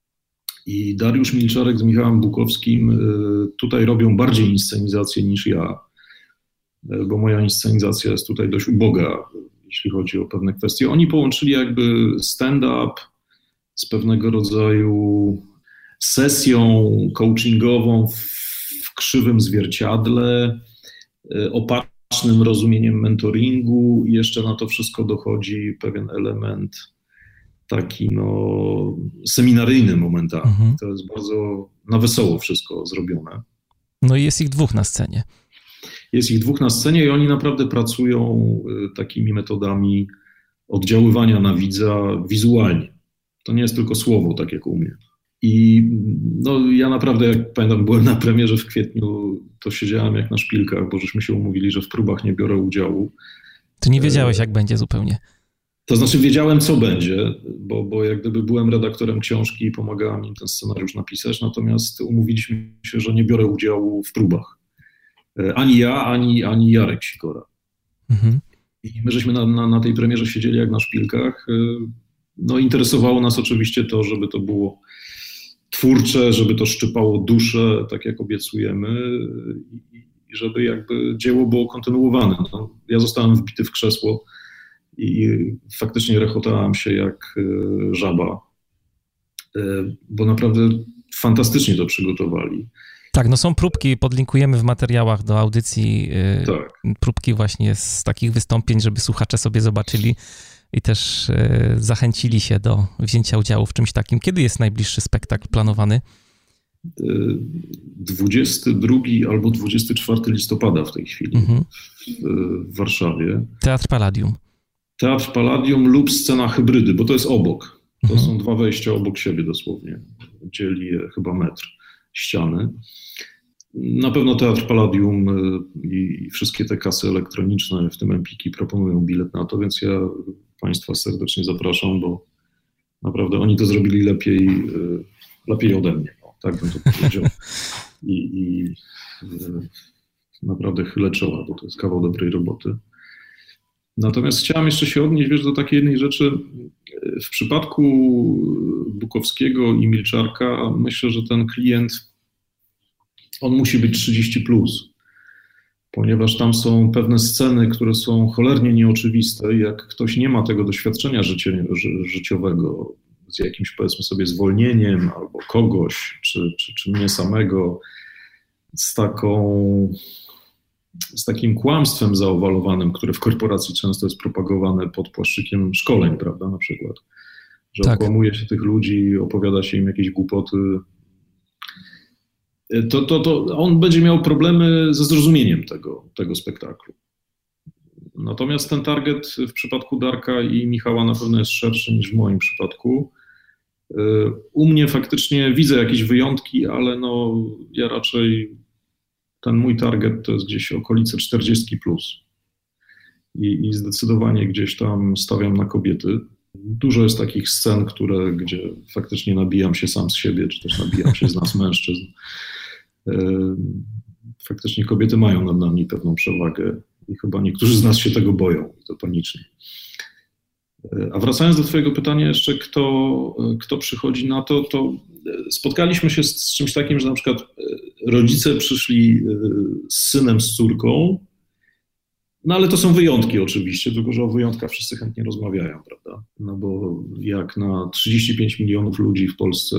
I Dariusz Milczarek z Michałem Bukowskim tutaj robią bardziej inscenizację niż ja, bo moja inscenizacja jest tutaj dość uboga, jeśli chodzi o pewne kwestie. Oni połączyli jakby stand-up z pewnego rodzaju sesją coachingową w krzywym zwierciadle, opatrznym rozumieniem mentoringu i jeszcze na to wszystko dochodzi pewien element taki seminaryjny momentami. To jest bardzo na wesoło wszystko zrobione. No i jest ich dwóch na scenie. Jest ich dwóch na scenie i oni naprawdę pracują takimi metodami oddziaływania na widza wizualnie. To nie jest tylko słowo, tak jak u mnie. I ja naprawdę, jak pamiętam, byłem na premierze w kwietniu, to siedziałem jak na szpilkach, bo żeśmy się umówili, że w próbach nie biorę udziału. Ty nie wiedziałeś, jak będzie zupełnie. To znaczy wiedziałem, co będzie, bo jak gdyby byłem redaktorem książki i pomagałem im ten scenariusz napisać, natomiast umówiliśmy się, że nie biorę udziału w próbach. Ani ja, ani Jarek Sikora. I my żeśmy na tej premierze siedzieli jak na szpilkach. Interesowało nas oczywiście to, żeby to było twórcze, żeby to szczypało duszę, tak jak obiecujemy, i żeby jakby dzieło było kontynuowane. Ja zostałem wbity w krzesło i faktycznie rechotałem się jak żaba, bo naprawdę fantastycznie to przygotowali. Tak, są próbki, podlinkujemy w materiałach do audycji, tak. Próbki właśnie z takich wystąpień, żeby słuchacze sobie zobaczyli i też zachęcili się do wzięcia udziału w czymś takim. Kiedy jest najbliższy spektakl planowany? 22 albo 24 listopada w tej chwili w Warszawie. Teatr Palladium. Teatr Palladium lub scena hybrydy, bo to jest obok. To są dwa wejścia obok siebie dosłownie. Dzieli je chyba metr ściany. Na pewno Teatr Palladium i wszystkie te kasy elektroniczne, w tym Empiki, proponują bilet na to, więc ja Państwa serdecznie zapraszam, bo naprawdę oni to zrobili lepiej ode mnie. Tak bym to powiedział. I naprawdę chylę czoła, bo to jest kawał dobrej roboty. Natomiast chciałem jeszcze się odnieść, do takiej jednej rzeczy. W przypadku Bukowskiego i Milczarka myślę, że ten klient, on musi być 30+. ponieważ tam są pewne sceny, które są cholernie nieoczywiste. Jak ktoś nie ma tego doświadczenia życiowego z jakimś, powiedzmy sobie, zwolnieniem albo kogoś, czy mnie samego, z takim kłamstwem zaowalowanym, które w korporacji często jest propagowane pod płaszczykiem szkoleń, prawda, na przykład, że tak. Okłamuje się tych ludzi, opowiada się im jakieś głupoty, to on będzie miał problemy ze zrozumieniem tego spektaklu. Natomiast ten target w przypadku Darka i Michała na pewno jest szerszy niż w moim przypadku. U mnie faktycznie widzę jakieś wyjątki, ale no ja raczej ten mój target to jest gdzieś okolice 40+. I zdecydowanie gdzieś tam stawiam na kobiety. Dużo jest takich scen, gdzie faktycznie nabijam się sam z siebie, czy też nabijam się z nas mężczyzn. Faktycznie kobiety mają nad nami pewną przewagę i chyba niektórzy z nas się tego boją i to panicznie. A wracając do twojego pytania jeszcze, kto przychodzi na to spotkaliśmy się z czymś takim, że na przykład rodzice przyszli z synem, z córką, no ale to są wyjątki oczywiście, tylko że o wyjątkach wszyscy chętnie rozmawiają, prawda? No bo jak na 35 milionów ludzi w Polsce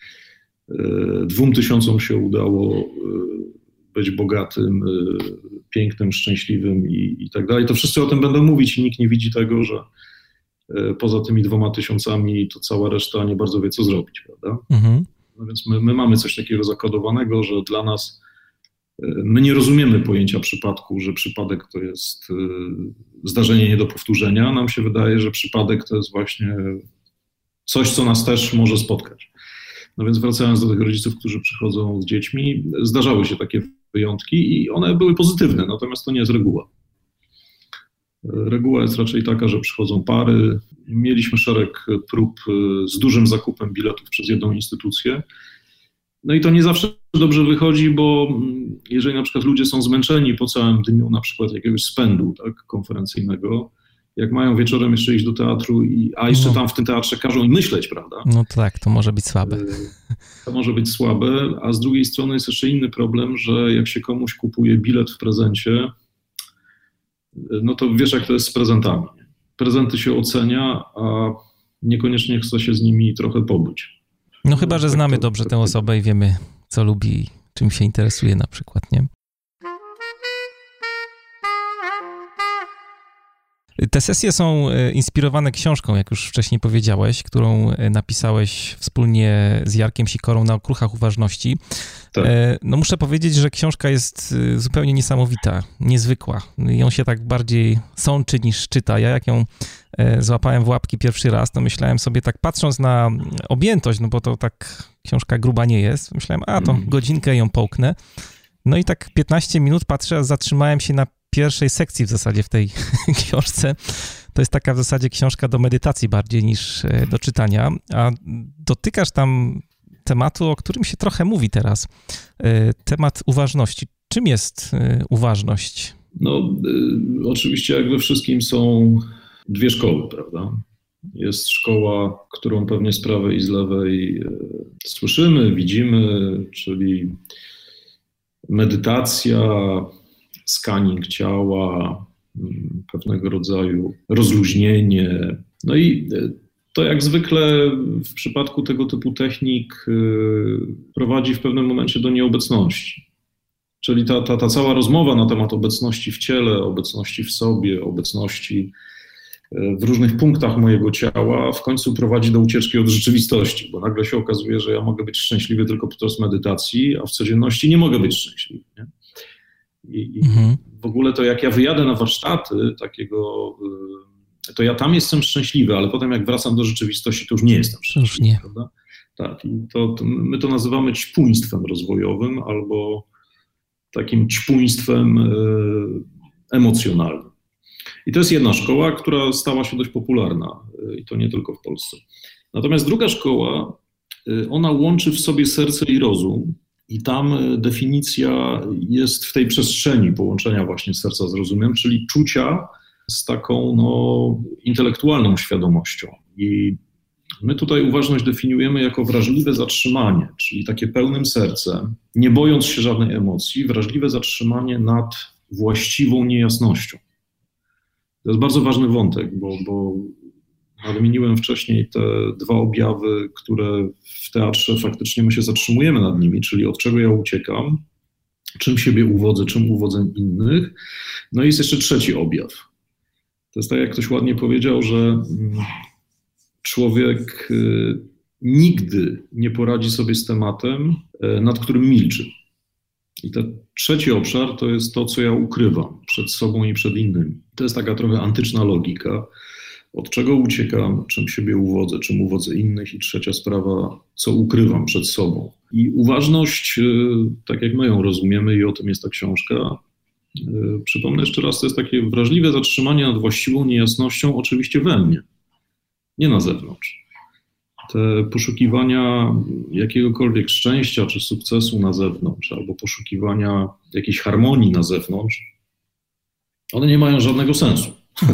2000 się udało być bogatym, pięknym, szczęśliwym i tak dalej, to wszyscy o tym będą mówić i nikt nie widzi tego, że poza tymi 2000 to cała reszta nie bardzo wie, co zrobić, prawda? Mhm. No więc my mamy coś takiego zakodowanego, że dla nas my nie rozumiemy pojęcia przypadku, że przypadek to jest zdarzenie nie do powtórzenia. Nam się wydaje, że przypadek to jest właśnie coś, co nas też może spotkać. No więc wracając do tych rodziców, którzy przychodzą z dziećmi, zdarzały się takie wyjątki i one były pozytywne, natomiast to nie jest reguła. Reguła jest raczej taka, że przychodzą pary. Mieliśmy szereg prób z dużym zakupem biletów przez jedną instytucję. No i to nie zawsze dobrze wychodzi, bo jeżeli na przykład ludzie są zmęczeni po całym dniu na przykład jakiegoś spędu, tak, konferencyjnego, jak mają wieczorem jeszcze iść do teatru, a jeszcze tam w tym teatrze każą im myśleć, prawda? No tak, to może być słabe. To może być słabe, a z drugiej strony jest jeszcze inny problem, że jak się komuś kupuje bilet w prezencie, no to wiesz, jak to jest z prezentami. Prezenty się ocenia, a niekoniecznie chce się z nimi trochę pobyć. No chyba, że znamy dobrze tę osobę i wiemy, co lubi, czym się interesuje na przykład, nie? Te sesje są inspirowane książką, jak już wcześniej powiedziałeś, którą napisałeś wspólnie z Jarkiem Sikorą na okruchach uważności. Tak. No muszę powiedzieć, że książka jest zupełnie niesamowita, niezwykła. Ją się tak bardziej sączy niż czyta. Ja jak ją złapałem w łapki pierwszy raz, to myślałem sobie tak, patrząc na objętość, no bo to tak książka gruba nie jest, myślałem, to godzinkę ją połknę. No i tak 15 minut patrzę, zatrzymałem się na pierwszej sekcji w zasadzie w tej książce. To jest taka w zasadzie książka do medytacji bardziej niż do czytania, a dotykasz tam tematu, o którym się trochę mówi teraz. Temat uważności. Czym jest uważność? No, oczywiście jak we wszystkim są dwie szkoły, prawda? Jest szkoła, którą pewnie z prawej i z lewej słyszymy, widzimy, czyli medytacja, scanning ciała, pewnego rodzaju rozluźnienie. No i to jak zwykle w przypadku tego typu technik prowadzi w pewnym momencie do nieobecności. Czyli ta cała rozmowa na temat obecności w ciele, obecności w sobie, obecności w różnych punktach mojego ciała w końcu prowadzi do ucieczki od rzeczywistości, bo nagle się okazuje, że ja mogę być szczęśliwy tylko podczas medytacji, a w codzienności nie mogę być szczęśliwy. Nie? I w ogóle to jak ja wyjadę na warsztaty to ja tam jestem szczęśliwy, ale potem jak wracam do rzeczywistości, to już nie jestem szczęśliwy. Już nie. Prawda? Tak, i my to nazywamy ćpuństwem rozwojowym albo takim ćpuństwem emocjonalnym. I to jest jedna szkoła, która stała się dość popularna i to nie tylko w Polsce. Natomiast druga szkoła, ona łączy w sobie serce i rozum i tam definicja jest w tej przestrzeni połączenia właśnie serca z rozumem, czyli czucia z taką intelektualną świadomością. I my tutaj uważność definiujemy jako wrażliwe zatrzymanie, czyli takie pełnym sercem, nie bojąc się żadnej emocji, wrażliwe zatrzymanie nad właściwą niejasnością. To jest bardzo ważny wątek, bo nadmieniłem wcześniej te dwa objawy, które w teatrze faktycznie my się zatrzymujemy nad nimi, czyli od czego ja uciekam, czym siebie uwodzę, czym uwodzę innych. No i jest jeszcze trzeci objaw. To jest tak, jak ktoś ładnie powiedział, że człowiek nigdy nie poradzi sobie z tematem, nad którym milczy. I ten trzeci obszar to jest to, co ja ukrywam przed sobą i przed innymi. To jest taka trochę antyczna logika. Od czego uciekam, czym siebie uwodzę, czym uwodzę innych i trzecia sprawa, co ukrywam przed sobą. I uważność, tak jak my ją rozumiemy i o tym jest ta książka, przypomnę jeszcze raz, to jest takie wrażliwe zatrzymanie nad właściwą niejasnością oczywiście we mnie, nie na zewnątrz. Te poszukiwania jakiegokolwiek szczęścia czy sukcesu na zewnątrz, albo poszukiwania jakiejś harmonii na zewnątrz, one nie mają żadnego sensu.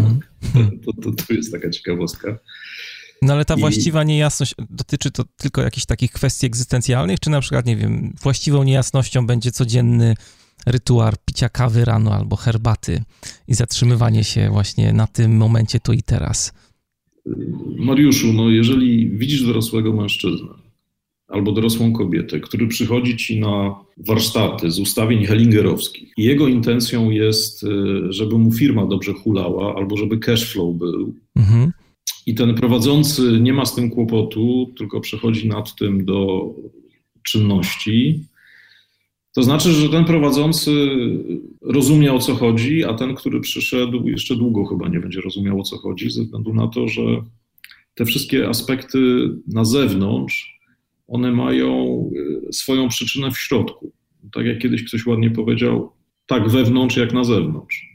To jest taka ciekawostka. No ale ta właściwa niejasność, dotyczy to tylko jakichś takich kwestii egzystencjalnych, czy na przykład, nie wiem, właściwą niejasnością będzie codzienny rytuał picia kawy rano albo herbaty i zatrzymywanie się właśnie na tym momencie tu i teraz? Mariuszu, no jeżeli widzisz dorosłego mężczyznę albo dorosłą kobietę, który przychodzi ci na warsztaty z ustawień hellingerowskich i jego intencją jest, żeby mu firma dobrze hulała albo żeby cash flow był, i ten prowadzący nie ma z tym kłopotu, tylko przechodzi nad tym do czynności, to znaczy, że ten prowadzący rozumie, o co chodzi, a ten, który przyszedł, jeszcze długo chyba nie będzie rozumiał, o co chodzi, ze względu na to, że te wszystkie aspekty na zewnątrz, one mają swoją przyczynę w środku. Tak jak kiedyś ktoś ładnie powiedział, tak wewnątrz, jak na zewnątrz.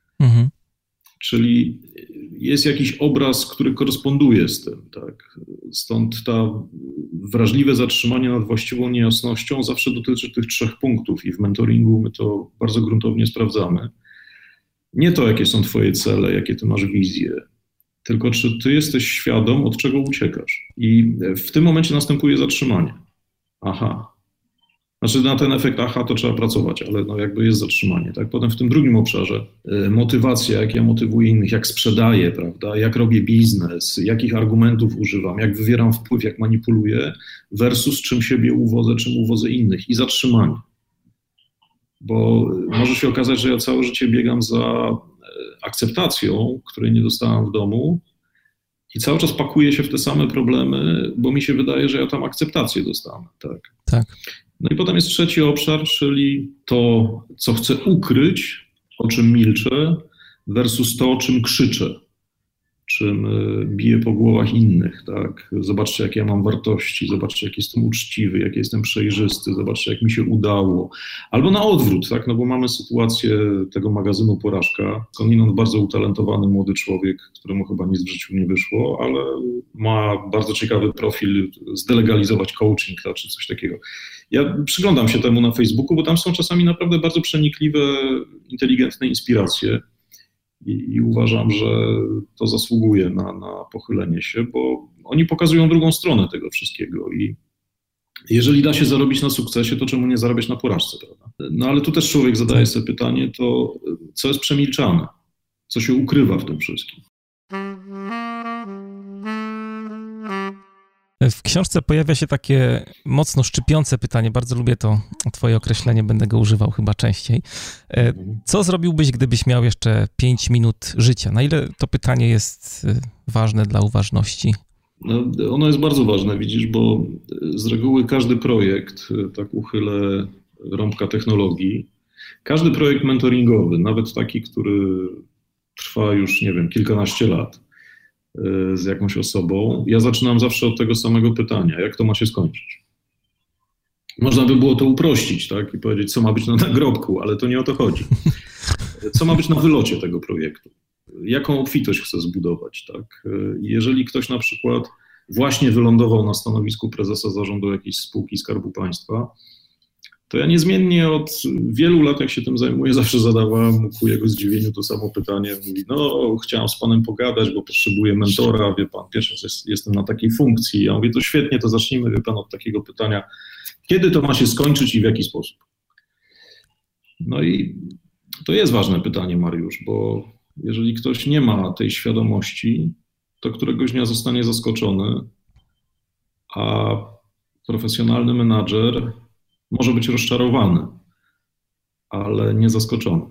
Czyli jest jakiś obraz, który koresponduje z tym. Tak? Stąd ta wrażliwe zatrzymanie nad właściwą niejasnością zawsze dotyczy tych trzech punktów i w mentoringu my to bardzo gruntownie sprawdzamy. Nie to, jakie są twoje cele, jakie ty masz wizje, tylko czy ty jesteś świadom, od czego uciekasz. I w tym momencie następuje zatrzymanie. Aha. Znaczy na ten efekt aha to trzeba pracować, ale no jakby jest zatrzymanie. Tak? Potem w tym drugim obszarze motywacja, jak ja motywuję innych, jak sprzedaję, prawda? Jak robię biznes, jakich argumentów używam, jak wywieram wpływ, jak manipuluję versus czym siebie uwodzę, czym uwodzę innych i zatrzymanie. Bo może się okazać, że ja całe życie biegam za akceptacją, której nie dostałem w domu i cały czas pakuję się w te same problemy, bo mi się wydaje, że ja tam akceptację dostanę. Tak. No i potem jest trzeci obszar, czyli to, co chcę ukryć, o czym milczę, versus to, o czym krzyczę, czym biję po głowach innych. Tak? Zobaczcie, jakie ja mam wartości, zobaczcie, jak jestem uczciwy, jak jestem przejrzysty, zobaczcie, jak mi się udało. Albo na odwrót, tak? No bo mamy sytuację tego magazynu Porażka. Skądinąd bardzo utalentowany młody człowiek, któremu chyba nic w życiu nie wyszło, ale ma bardzo ciekawy profil, zdelegalizować coaching, tak? Czy coś takiego. Ja przyglądam się temu na Facebooku, bo tam są czasami naprawdę bardzo przenikliwe, inteligentne inspiracje. I uważam, że to zasługuje na pochylenie się, bo oni pokazują drugą stronę tego wszystkiego i jeżeli da się zarobić na sukcesie, to czemu nie zarabiać na porażce, prawda? No ale tu też człowiek zadaje sobie pytanie, to co jest przemilczane, co się ukrywa w tym wszystkim. W książce pojawia się takie mocno szczypiące pytanie, bardzo lubię to twoje określenie, będę go używał chyba częściej. Co zrobiłbyś, gdybyś miał jeszcze 5 minut życia? Na ile to pytanie jest ważne dla uważności? No, ono jest bardzo ważne, widzisz, bo z reguły każdy projekt, tak uchylę rąbka technologii, każdy projekt mentoringowy, nawet taki, który trwa już, nie wiem, kilkanaście lat, z jakąś osobą, ja zaczynam zawsze od tego samego pytania, jak to ma się skończyć? Można by było to uprościć, tak? I powiedzieć, co ma być na nagrobku, ale to nie o to chodzi. Co ma być na wylocie tego projektu? Jaką obfitość chcę zbudować, tak? Jeżeli ktoś na przykład właśnie wylądował na stanowisku prezesa zarządu jakiejś spółki Skarbu Państwa, to ja niezmiennie od wielu lat, jak się tym zajmuję, zawsze zadawałem ku jego zdziwieniu to samo pytanie. Mówi, no chciałem z panem pogadać, bo potrzebuję mentora, wie pan, pierwszy raz jestem na takiej funkcji. Ja mówię, to świetnie, to zacznijmy, wie pan, od takiego pytania, kiedy to ma się skończyć i w jaki sposób? No i To jest ważne pytanie, Mariusz, bo jeżeli ktoś nie ma tej świadomości, to któregoś dnia zostanie zaskoczony, a profesjonalny menadżer może być rozczarowany, ale nie zaskoczony.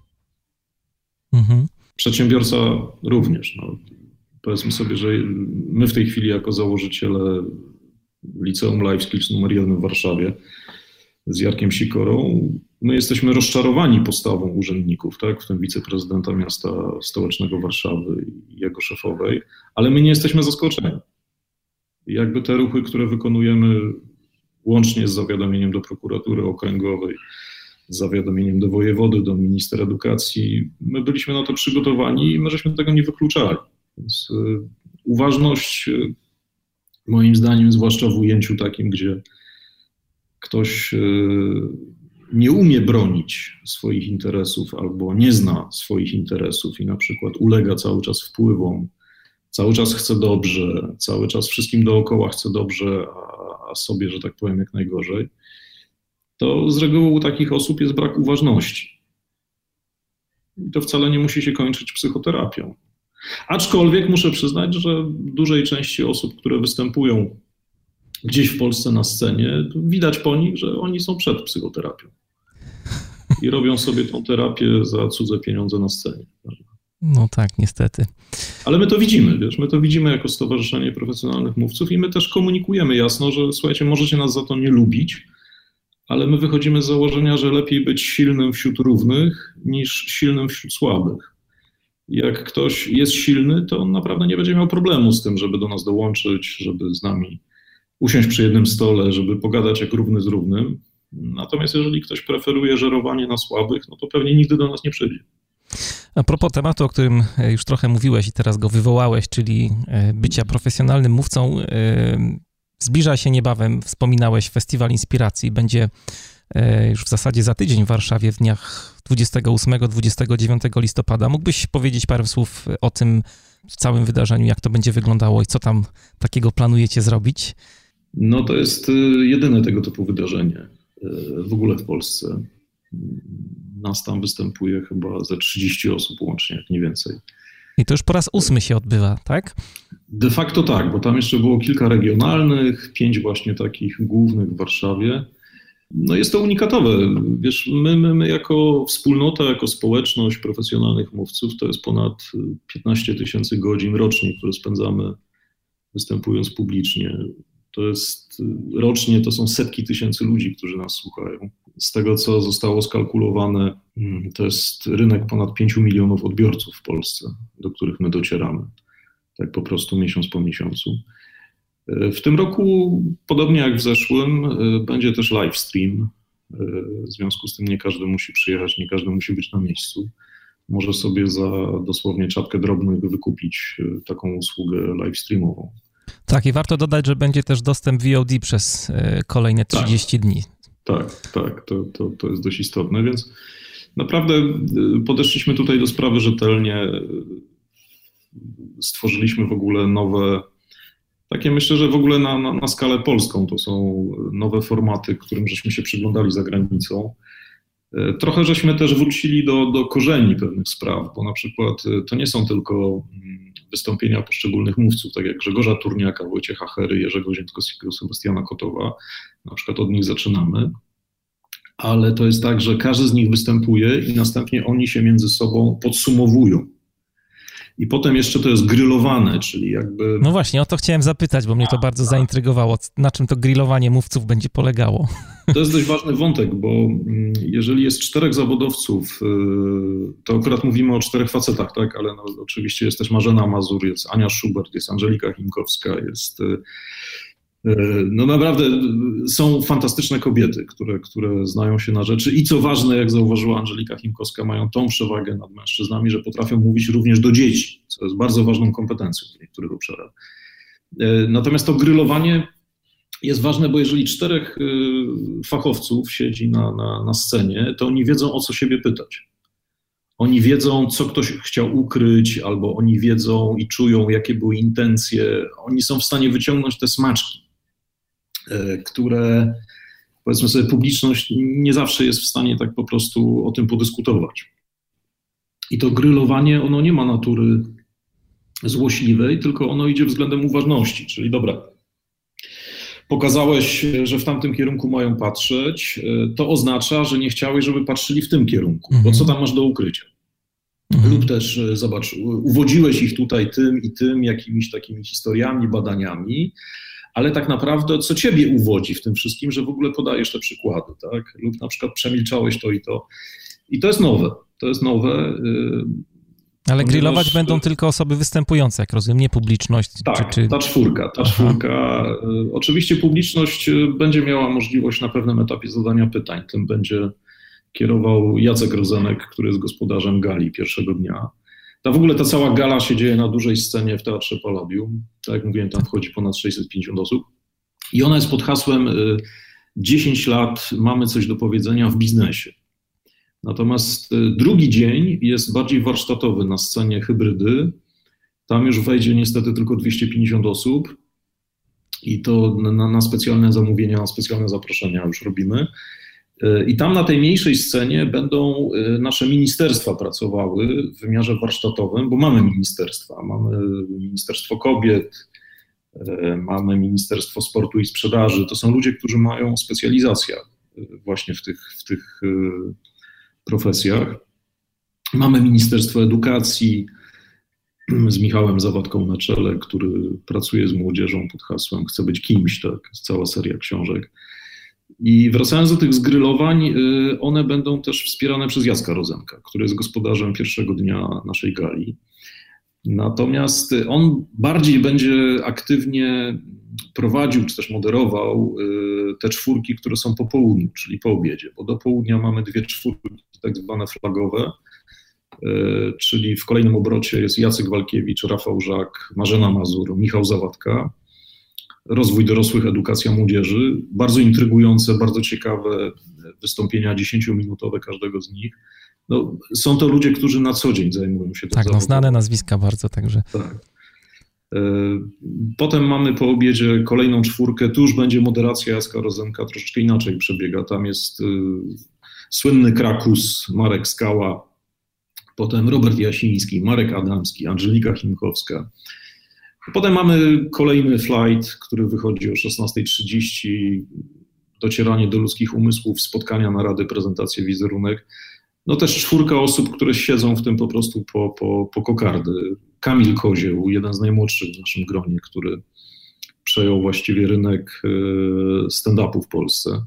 Przedsiębiorca również. No, powiedzmy sobie, że my w tej chwili jako założyciele Liceum Life Skills nr 1 w Warszawie z Jarkiem Sikorą, my jesteśmy rozczarowani postawą urzędników, tak, w tym wiceprezydenta miasta stołecznego Warszawy i jego szefowej, ale my nie jesteśmy zaskoczeni. Jakby te ruchy, które wykonujemy łącznie z zawiadomieniem do prokuratury okręgowej, z zawiadomieniem do wojewody, do ministra edukacji, my byliśmy na to przygotowani i my żeśmy tego nie wykluczali. Więc uważność, moim zdaniem, zwłaszcza w ujęciu takim, gdzie ktoś nie umie bronić swoich interesów albo nie zna swoich interesów i na przykład ulega cały czas wpływom, cały czas chce dobrze, cały czas wszystkim dookoła chce dobrze, a sobie, że tak powiem, jak najgorzej, to z reguły u takich osób jest brak uważności. I to wcale nie musi się kończyć psychoterapią. Aczkolwiek muszę przyznać, że dużej części osób, które występują gdzieś w Polsce na scenie, widać po nich, że oni są przed psychoterapią. I robią sobie tą terapię za cudze pieniądze na scenie. No tak, niestety. Ale my to widzimy, my to widzimy jako Stowarzyszenie Profesjonalnych Mówców i my też komunikujemy jasno, że słuchajcie, możecie nas za to nie lubić, ale my wychodzimy z założenia, że lepiej być silnym wśród równych niż silnym wśród słabych. Jak ktoś jest silny, to on naprawdę nie będzie miał problemu z tym, żeby do nas dołączyć, żeby z nami usiąść przy jednym stole, żeby pogadać jak równy z równym. Natomiast jeżeli ktoś preferuje żerowanie na słabych, no to pewnie nigdy do nas nie przyjdzie. A propos tematu, o którym już trochę mówiłeś i teraz go wywołałeś, czyli bycia profesjonalnym mówcą, zbliża się niebawem, wspominałeś, Festiwal Inspiracji. Będzie już w zasadzie za tydzień w Warszawie w dniach 28-29 listopada. Mógłbyś powiedzieć parę słów o tym całym wydarzeniu, jak to będzie wyglądało i co tam takiego planujecie zrobić? No to jest jedyne tego typu wydarzenie w ogóle w Polsce. Nas tam występuje chyba ze 30 osób łącznie, jak nie więcej. I to już po raz 8 się odbywa, tak? De facto tak, bo tam jeszcze było kilka regionalnych, 5 właśnie takich głównych w Warszawie. No jest to unikatowe. Wiesz, my jako wspólnota, jako społeczność profesjonalnych mówców to jest ponad 15 000 godzin rocznie, które spędzamy występując publicznie. To jest rocznie, to są setki tysięcy ludzi, którzy nas słuchają. Z tego, co zostało skalkulowane, to jest rynek ponad 5 milionów odbiorców w Polsce, do których my docieramy. Tak po prostu miesiąc po miesiącu. W tym roku, podobnie jak w zeszłym, będzie też live stream. W związku z tym nie każdy musi przyjechać, nie każdy musi być na miejscu. Może sobie za dosłownie czapkę drobnych wykupić taką usługę live streamową. Tak, i warto dodać, że będzie też dostęp VOD przez kolejne 30 dni. Tak, to jest dość istotne, więc naprawdę podeszliśmy tutaj do sprawy rzetelnie. Stworzyliśmy w ogóle nowe, takie myślę, że w ogóle na skalę polską to są nowe formaty, którym żeśmy się przyglądali za granicą. Trochę żeśmy też wrócili do korzeni pewnych spraw, bo na przykład to nie są tylko wystąpienia poszczególnych mówców, tak jak Grzegorza Turniaka, Wojciecha Hery, Jerzego Ziętkowskiego, Sebastiana Kotowa, na przykład od nich zaczynamy, ale to jest tak, że każdy z nich występuje i następnie oni się między sobą podsumowują. I potem jeszcze to jest grillowane, czyli jakby... No właśnie, o to chciałem zapytać, bo mnie to bardzo zaintrygowało. Na czym to grillowanie mówców będzie polegało? To jest dość ważny wątek, bo jeżeli jest 4 zawodowców, to akurat mówimy o 4 facetach, tak? Ale no, oczywiście jest też Marzena Mazur, jest Ania Schubert, jest Angelika Chimkowska, jest... No naprawdę są fantastyczne kobiety, które znają się na rzeczy i co ważne, jak zauważyła Angelika Chimkowska, mają tą przewagę nad mężczyznami, że potrafią mówić również do dzieci, co jest bardzo ważną kompetencją w niektórych obszarach. Natomiast to grillowanie jest ważne, bo jeżeli 4 fachowców siedzi na scenie, to oni wiedzą, o co siebie pytać. Oni wiedzą, co ktoś chciał ukryć, albo oni wiedzą i czują, jakie były intencje. Oni są w stanie wyciągnąć te smaczki, które, powiedzmy sobie, publiczność nie zawsze jest w stanie tak po prostu o tym podyskutować. I to grillowanie, ono nie ma natury złośliwej, tylko ono idzie względem uważności, czyli dobra, pokazałeś, że w tamtym kierunku mają patrzeć, to oznacza, że nie chciałeś, żeby patrzyli w tym kierunku, bo co tam masz do ukrycia? Lub też, zobacz, uwodziłeś ich tutaj tym i tym, jakimiś takimi historiami, badaniami, ale tak naprawdę co ciebie uwodzi w tym wszystkim, że w ogóle podajesz te przykłady, tak? Lub na przykład przemilczałeś to i to. I to jest nowe. To jest nowe. Ale grillować będą tylko osoby występujące, jak rozumiem, nie publiczność. Tak, ta czwórka. Oczywiście publiczność będzie miała możliwość na pewnym etapie zadania pytań. Tym będzie kierował Jacek Rozenek, który jest gospodarzem gali pierwszego dnia. W ogóle ta cała gala się dzieje na dużej scenie w Teatrze Palladium. Tak jak mówiłem, tam wchodzi ponad 650 osób. I ona jest pod hasłem 10 lat mamy coś do powiedzenia w biznesie. Natomiast drugi dzień jest bardziej warsztatowy na scenie hybrydy. Tam już wejdzie niestety tylko 250 osób i to na specjalne zamówienia, na specjalne zaproszenia już robimy. I tam na tej mniejszej scenie będą nasze ministerstwa pracowały w wymiarze warsztatowym, bo mamy ministerstwa. Mamy Ministerstwo Kobiet, mamy Ministerstwo Sportu i Sprzedaży. To są ludzie, którzy mają specjalizację właśnie w tych profesjach. Mamy Ministerstwo Edukacji z Michałem Zawadką na czele, który pracuje z młodzieżą pod hasłem Chcę być kimś, tak, jest cała seria książek. I wracając do tych zgrillowań, one będą też wspierane przez Jacka Rozenka, który jest gospodarzem pierwszego dnia naszej gali. Natomiast on bardziej będzie aktywnie prowadził, czy też moderował te czwórki, które są po południu, czyli po obiedzie, bo do południa mamy 2 czwórki tak zwane flagowe, czyli w kolejnym obrocie jest Jacek Walkiewicz, Rafał Żak, Marzena Mazur, Michał Zawadka. Rozwój dorosłych, edukacja młodzieży. Bardzo intrygujące, bardzo ciekawe wystąpienia 10-minutowe każdego z nich. No, są to ludzie, którzy na co dzień zajmują się tym zawodem. Tak, znane nazwiska bardzo także. Tak. Potem mamy po obiedzie kolejną czwórkę, tu już będzie moderacja Jacka Rozenka, troszeczkę inaczej przebiega. Tam jest słynny Krakus, Marek Skała, potem Robert Jasiński, Marek Adamski, Angelika Chimchowska. Potem mamy kolejny flight, który wychodzi o 16:30, docieranie do ludzkich umysłów, spotkania, narady, prezentacje, wizerunek. No też 4 osób, które siedzą w tym po prostu po kokardy. Kamil Kozieł, jeden z najmłodszych w naszym gronie, który przejął właściwie rynek stand-upu w Polsce.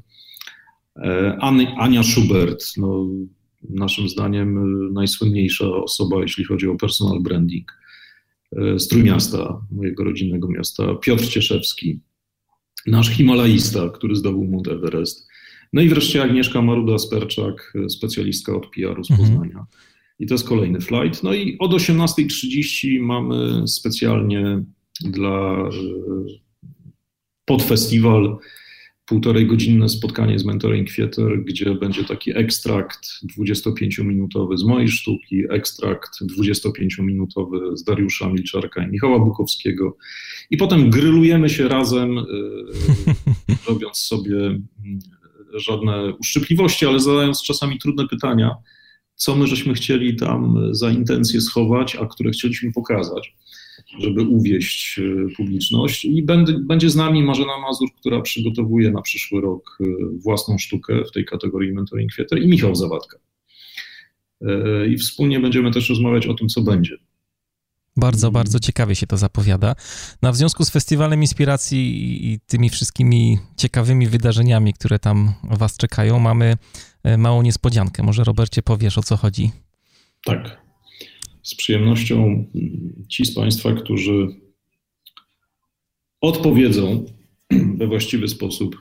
Ania Schubert, no, naszym zdaniem najsłynniejsza osoba, jeśli chodzi o personal branding z Trójmiasta, mojego rodzinnego miasta. Piotr Cieszewski, nasz himalaista, który zdobył Mount Everest. No i wreszcie Agnieszka Maruda-Sperczak, specjalistka od PR-u z Poznania. I to jest kolejny flight. No i od 18:30 mamy specjalnie dla podfestiwal 1,5-godzinne spotkanie z Mentoring Theater, gdzie będzie taki ekstrakt 25-minutowy z mojej sztuki, ekstrakt 25-minutowy z Dariusza Milczarka i Michała Bukowskiego. I potem grillujemy się razem, robiąc sobie żadne uszczypliwości, ale zadając czasami trudne pytania, co my żeśmy chcieli tam za intencje schować, a które chcieliśmy pokazać, żeby uwieść publiczność. I będzie z nami Marzena Mazur, która przygotowuje na przyszły rok własną sztukę w tej kategorii Mentoring Theater, i Michał Zawadka. I wspólnie będziemy też rozmawiać o tym, co będzie. Bardzo, bardzo ciekawie się to zapowiada. No, w związku z Festiwalem Inspiracji i tymi wszystkimi ciekawymi wydarzeniami, które tam was czekają, mamy małą niespodziankę. Może, Robercie, powiesz, o co chodzi? Tak. Z przyjemnością ci z Państwa, którzy odpowiedzą we właściwy sposób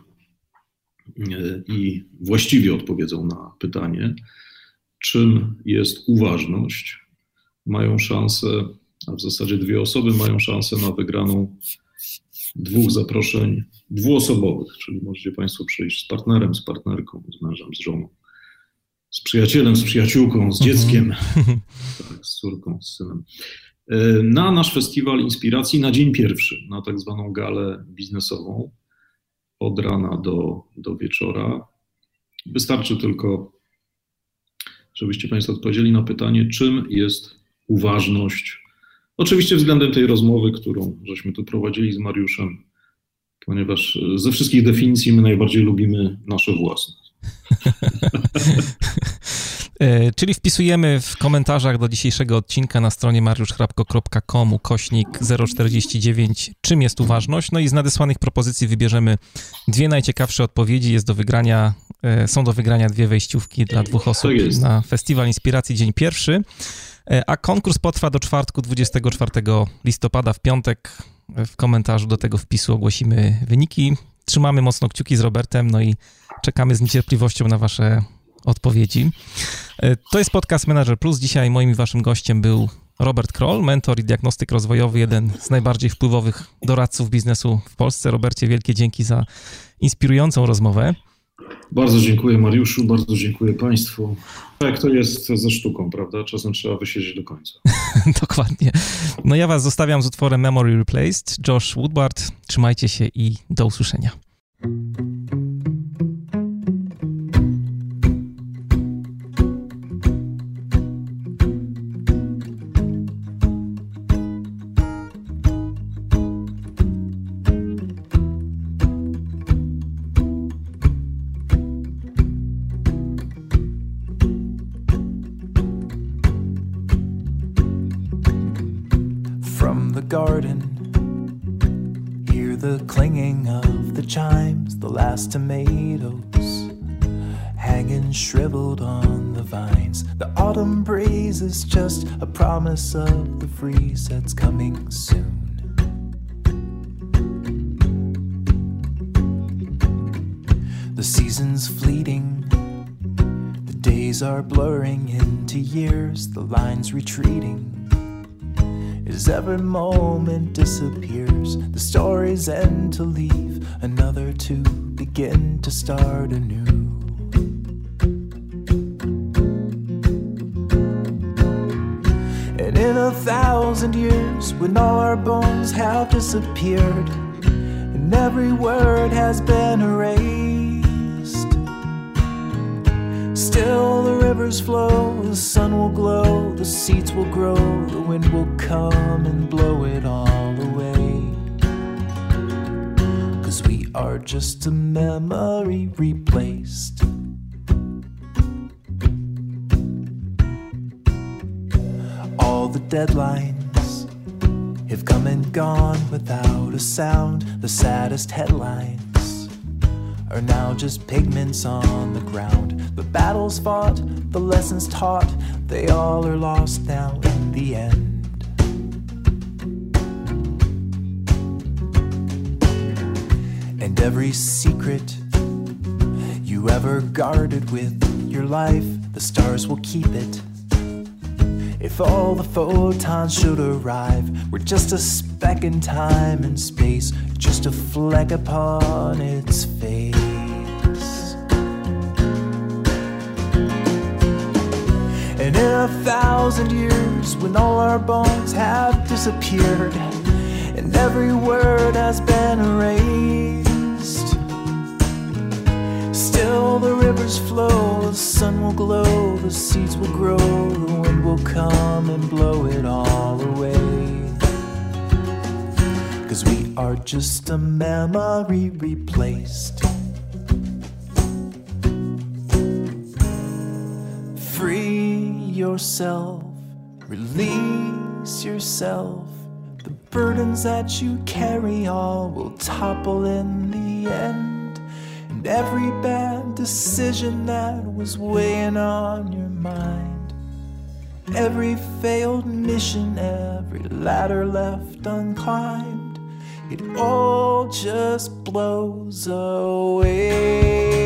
i właściwie odpowiedzą na pytanie, czym jest uważność, mają szansę, a w zasadzie 2 osoby mają szansę na wygraną 2 zaproszeń dwuosobowych, czyli możecie Państwo przyjść z partnerem, z partnerką, z mężem, z żoną, z przyjacielem, z przyjaciółką, z dzieckiem, tak, z córką, z synem, na nasz Festiwal Inspiracji na dzień pierwszy, na tak zwaną galę biznesową, od rana do wieczora. Wystarczy tylko żebyście Państwo odpowiedzieli na pytanie, czym jest uważność. Oczywiście względem tej rozmowy, którą żeśmy tu prowadzili z Mariuszem, ponieważ ze wszystkich definicji my najbardziej lubimy nasze własne. Czyli wpisujemy w komentarzach do dzisiejszego odcinka na stronie mariuszchrapko.com/049 czym jest uważność, no i z nadesłanych propozycji wybierzemy 2 najciekawsze odpowiedzi. Są do wygrania 2 wejściówki dla 2 osób na Festiwal Inspiracji dzień pierwszy, a konkurs potrwa do czwartku 24 listopada. W piątek w komentarzu do tego wpisu ogłosimy wyniki. Trzymamy mocno kciuki z Robertem, no i czekamy z niecierpliwością na wasze odpowiedzi. To jest podcast Manager Plus. Dzisiaj moim i waszym gościem był Robert Kroll, mentor i diagnostyk rozwojowy, jeden z najbardziej wpływowych doradców biznesu w Polsce. Robercie, wielkie dzięki za inspirującą rozmowę. Bardzo dziękuję Mariuszu, bardzo dziękuję Państwu. Tak to jest ze sztuką, prawda? Czasem trzeba wysiedzieć do końca. Dokładnie. No ja was zostawiam z utworem Memory Replaced, Josh Woodward. Trzymajcie się i do usłyszenia. Garden, hear the clinging of the chimes, the last tomatoes hanging shriveled on the vines. The autumn breeze is just a promise of the freeze that's coming soon. The season's fleeting, the days are blurring into years, the lines retreating as every moment disappears. The stories end to leave, another to begin to start anew. And in 1,000 years, when all our bones have disappeared and every word has been erased, still the rivers flow, the sun will glow, the seeds will grow, the wind will come and blow it all away. 'Cause we are just a memory replaced. All the deadlines have come and gone without a sound. The saddest headlines are now just pigments on the ground. The battles fought, the lessons taught, they all are lost now in the end. And every secret you ever guarded with your life, the stars will keep it. If all the photons should arrive, we're just a speck in time and space, just a fleck upon its face. And in 1,000 years, when all our bones have disappeared and every word has been erased, still the rivers flow, the sun will glow, the seeds will grow, the wind will come and blow it all away. 'Cause we are just a memory replaced. Free yourself, release yourself. The burdens that you carry all will topple in the end. And every bad decision that was weighing on your mind, every failed mission, every ladder left unclimbed, it all just blows away.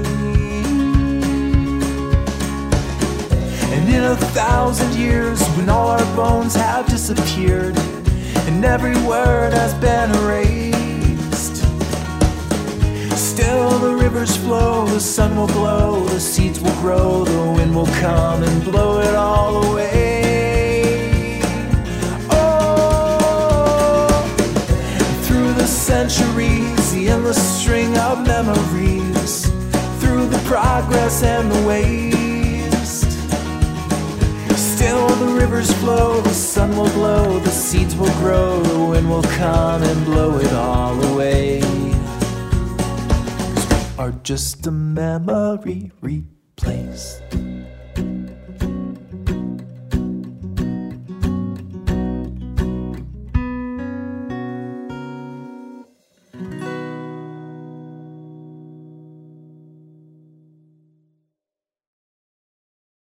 And in 1,000 years, when all our bones have disappeared and every word has been erased, still the rivers flow, the sun will glow, the seeds will grow, the wind will come and blow it all away. Oh, through the centuries, the endless string of memories, through the progress and the waste, Still the rivers flow, the sun will glow, the seeds will grow, the wind will come and blow it all away. 'Cause we are just a memory replaced.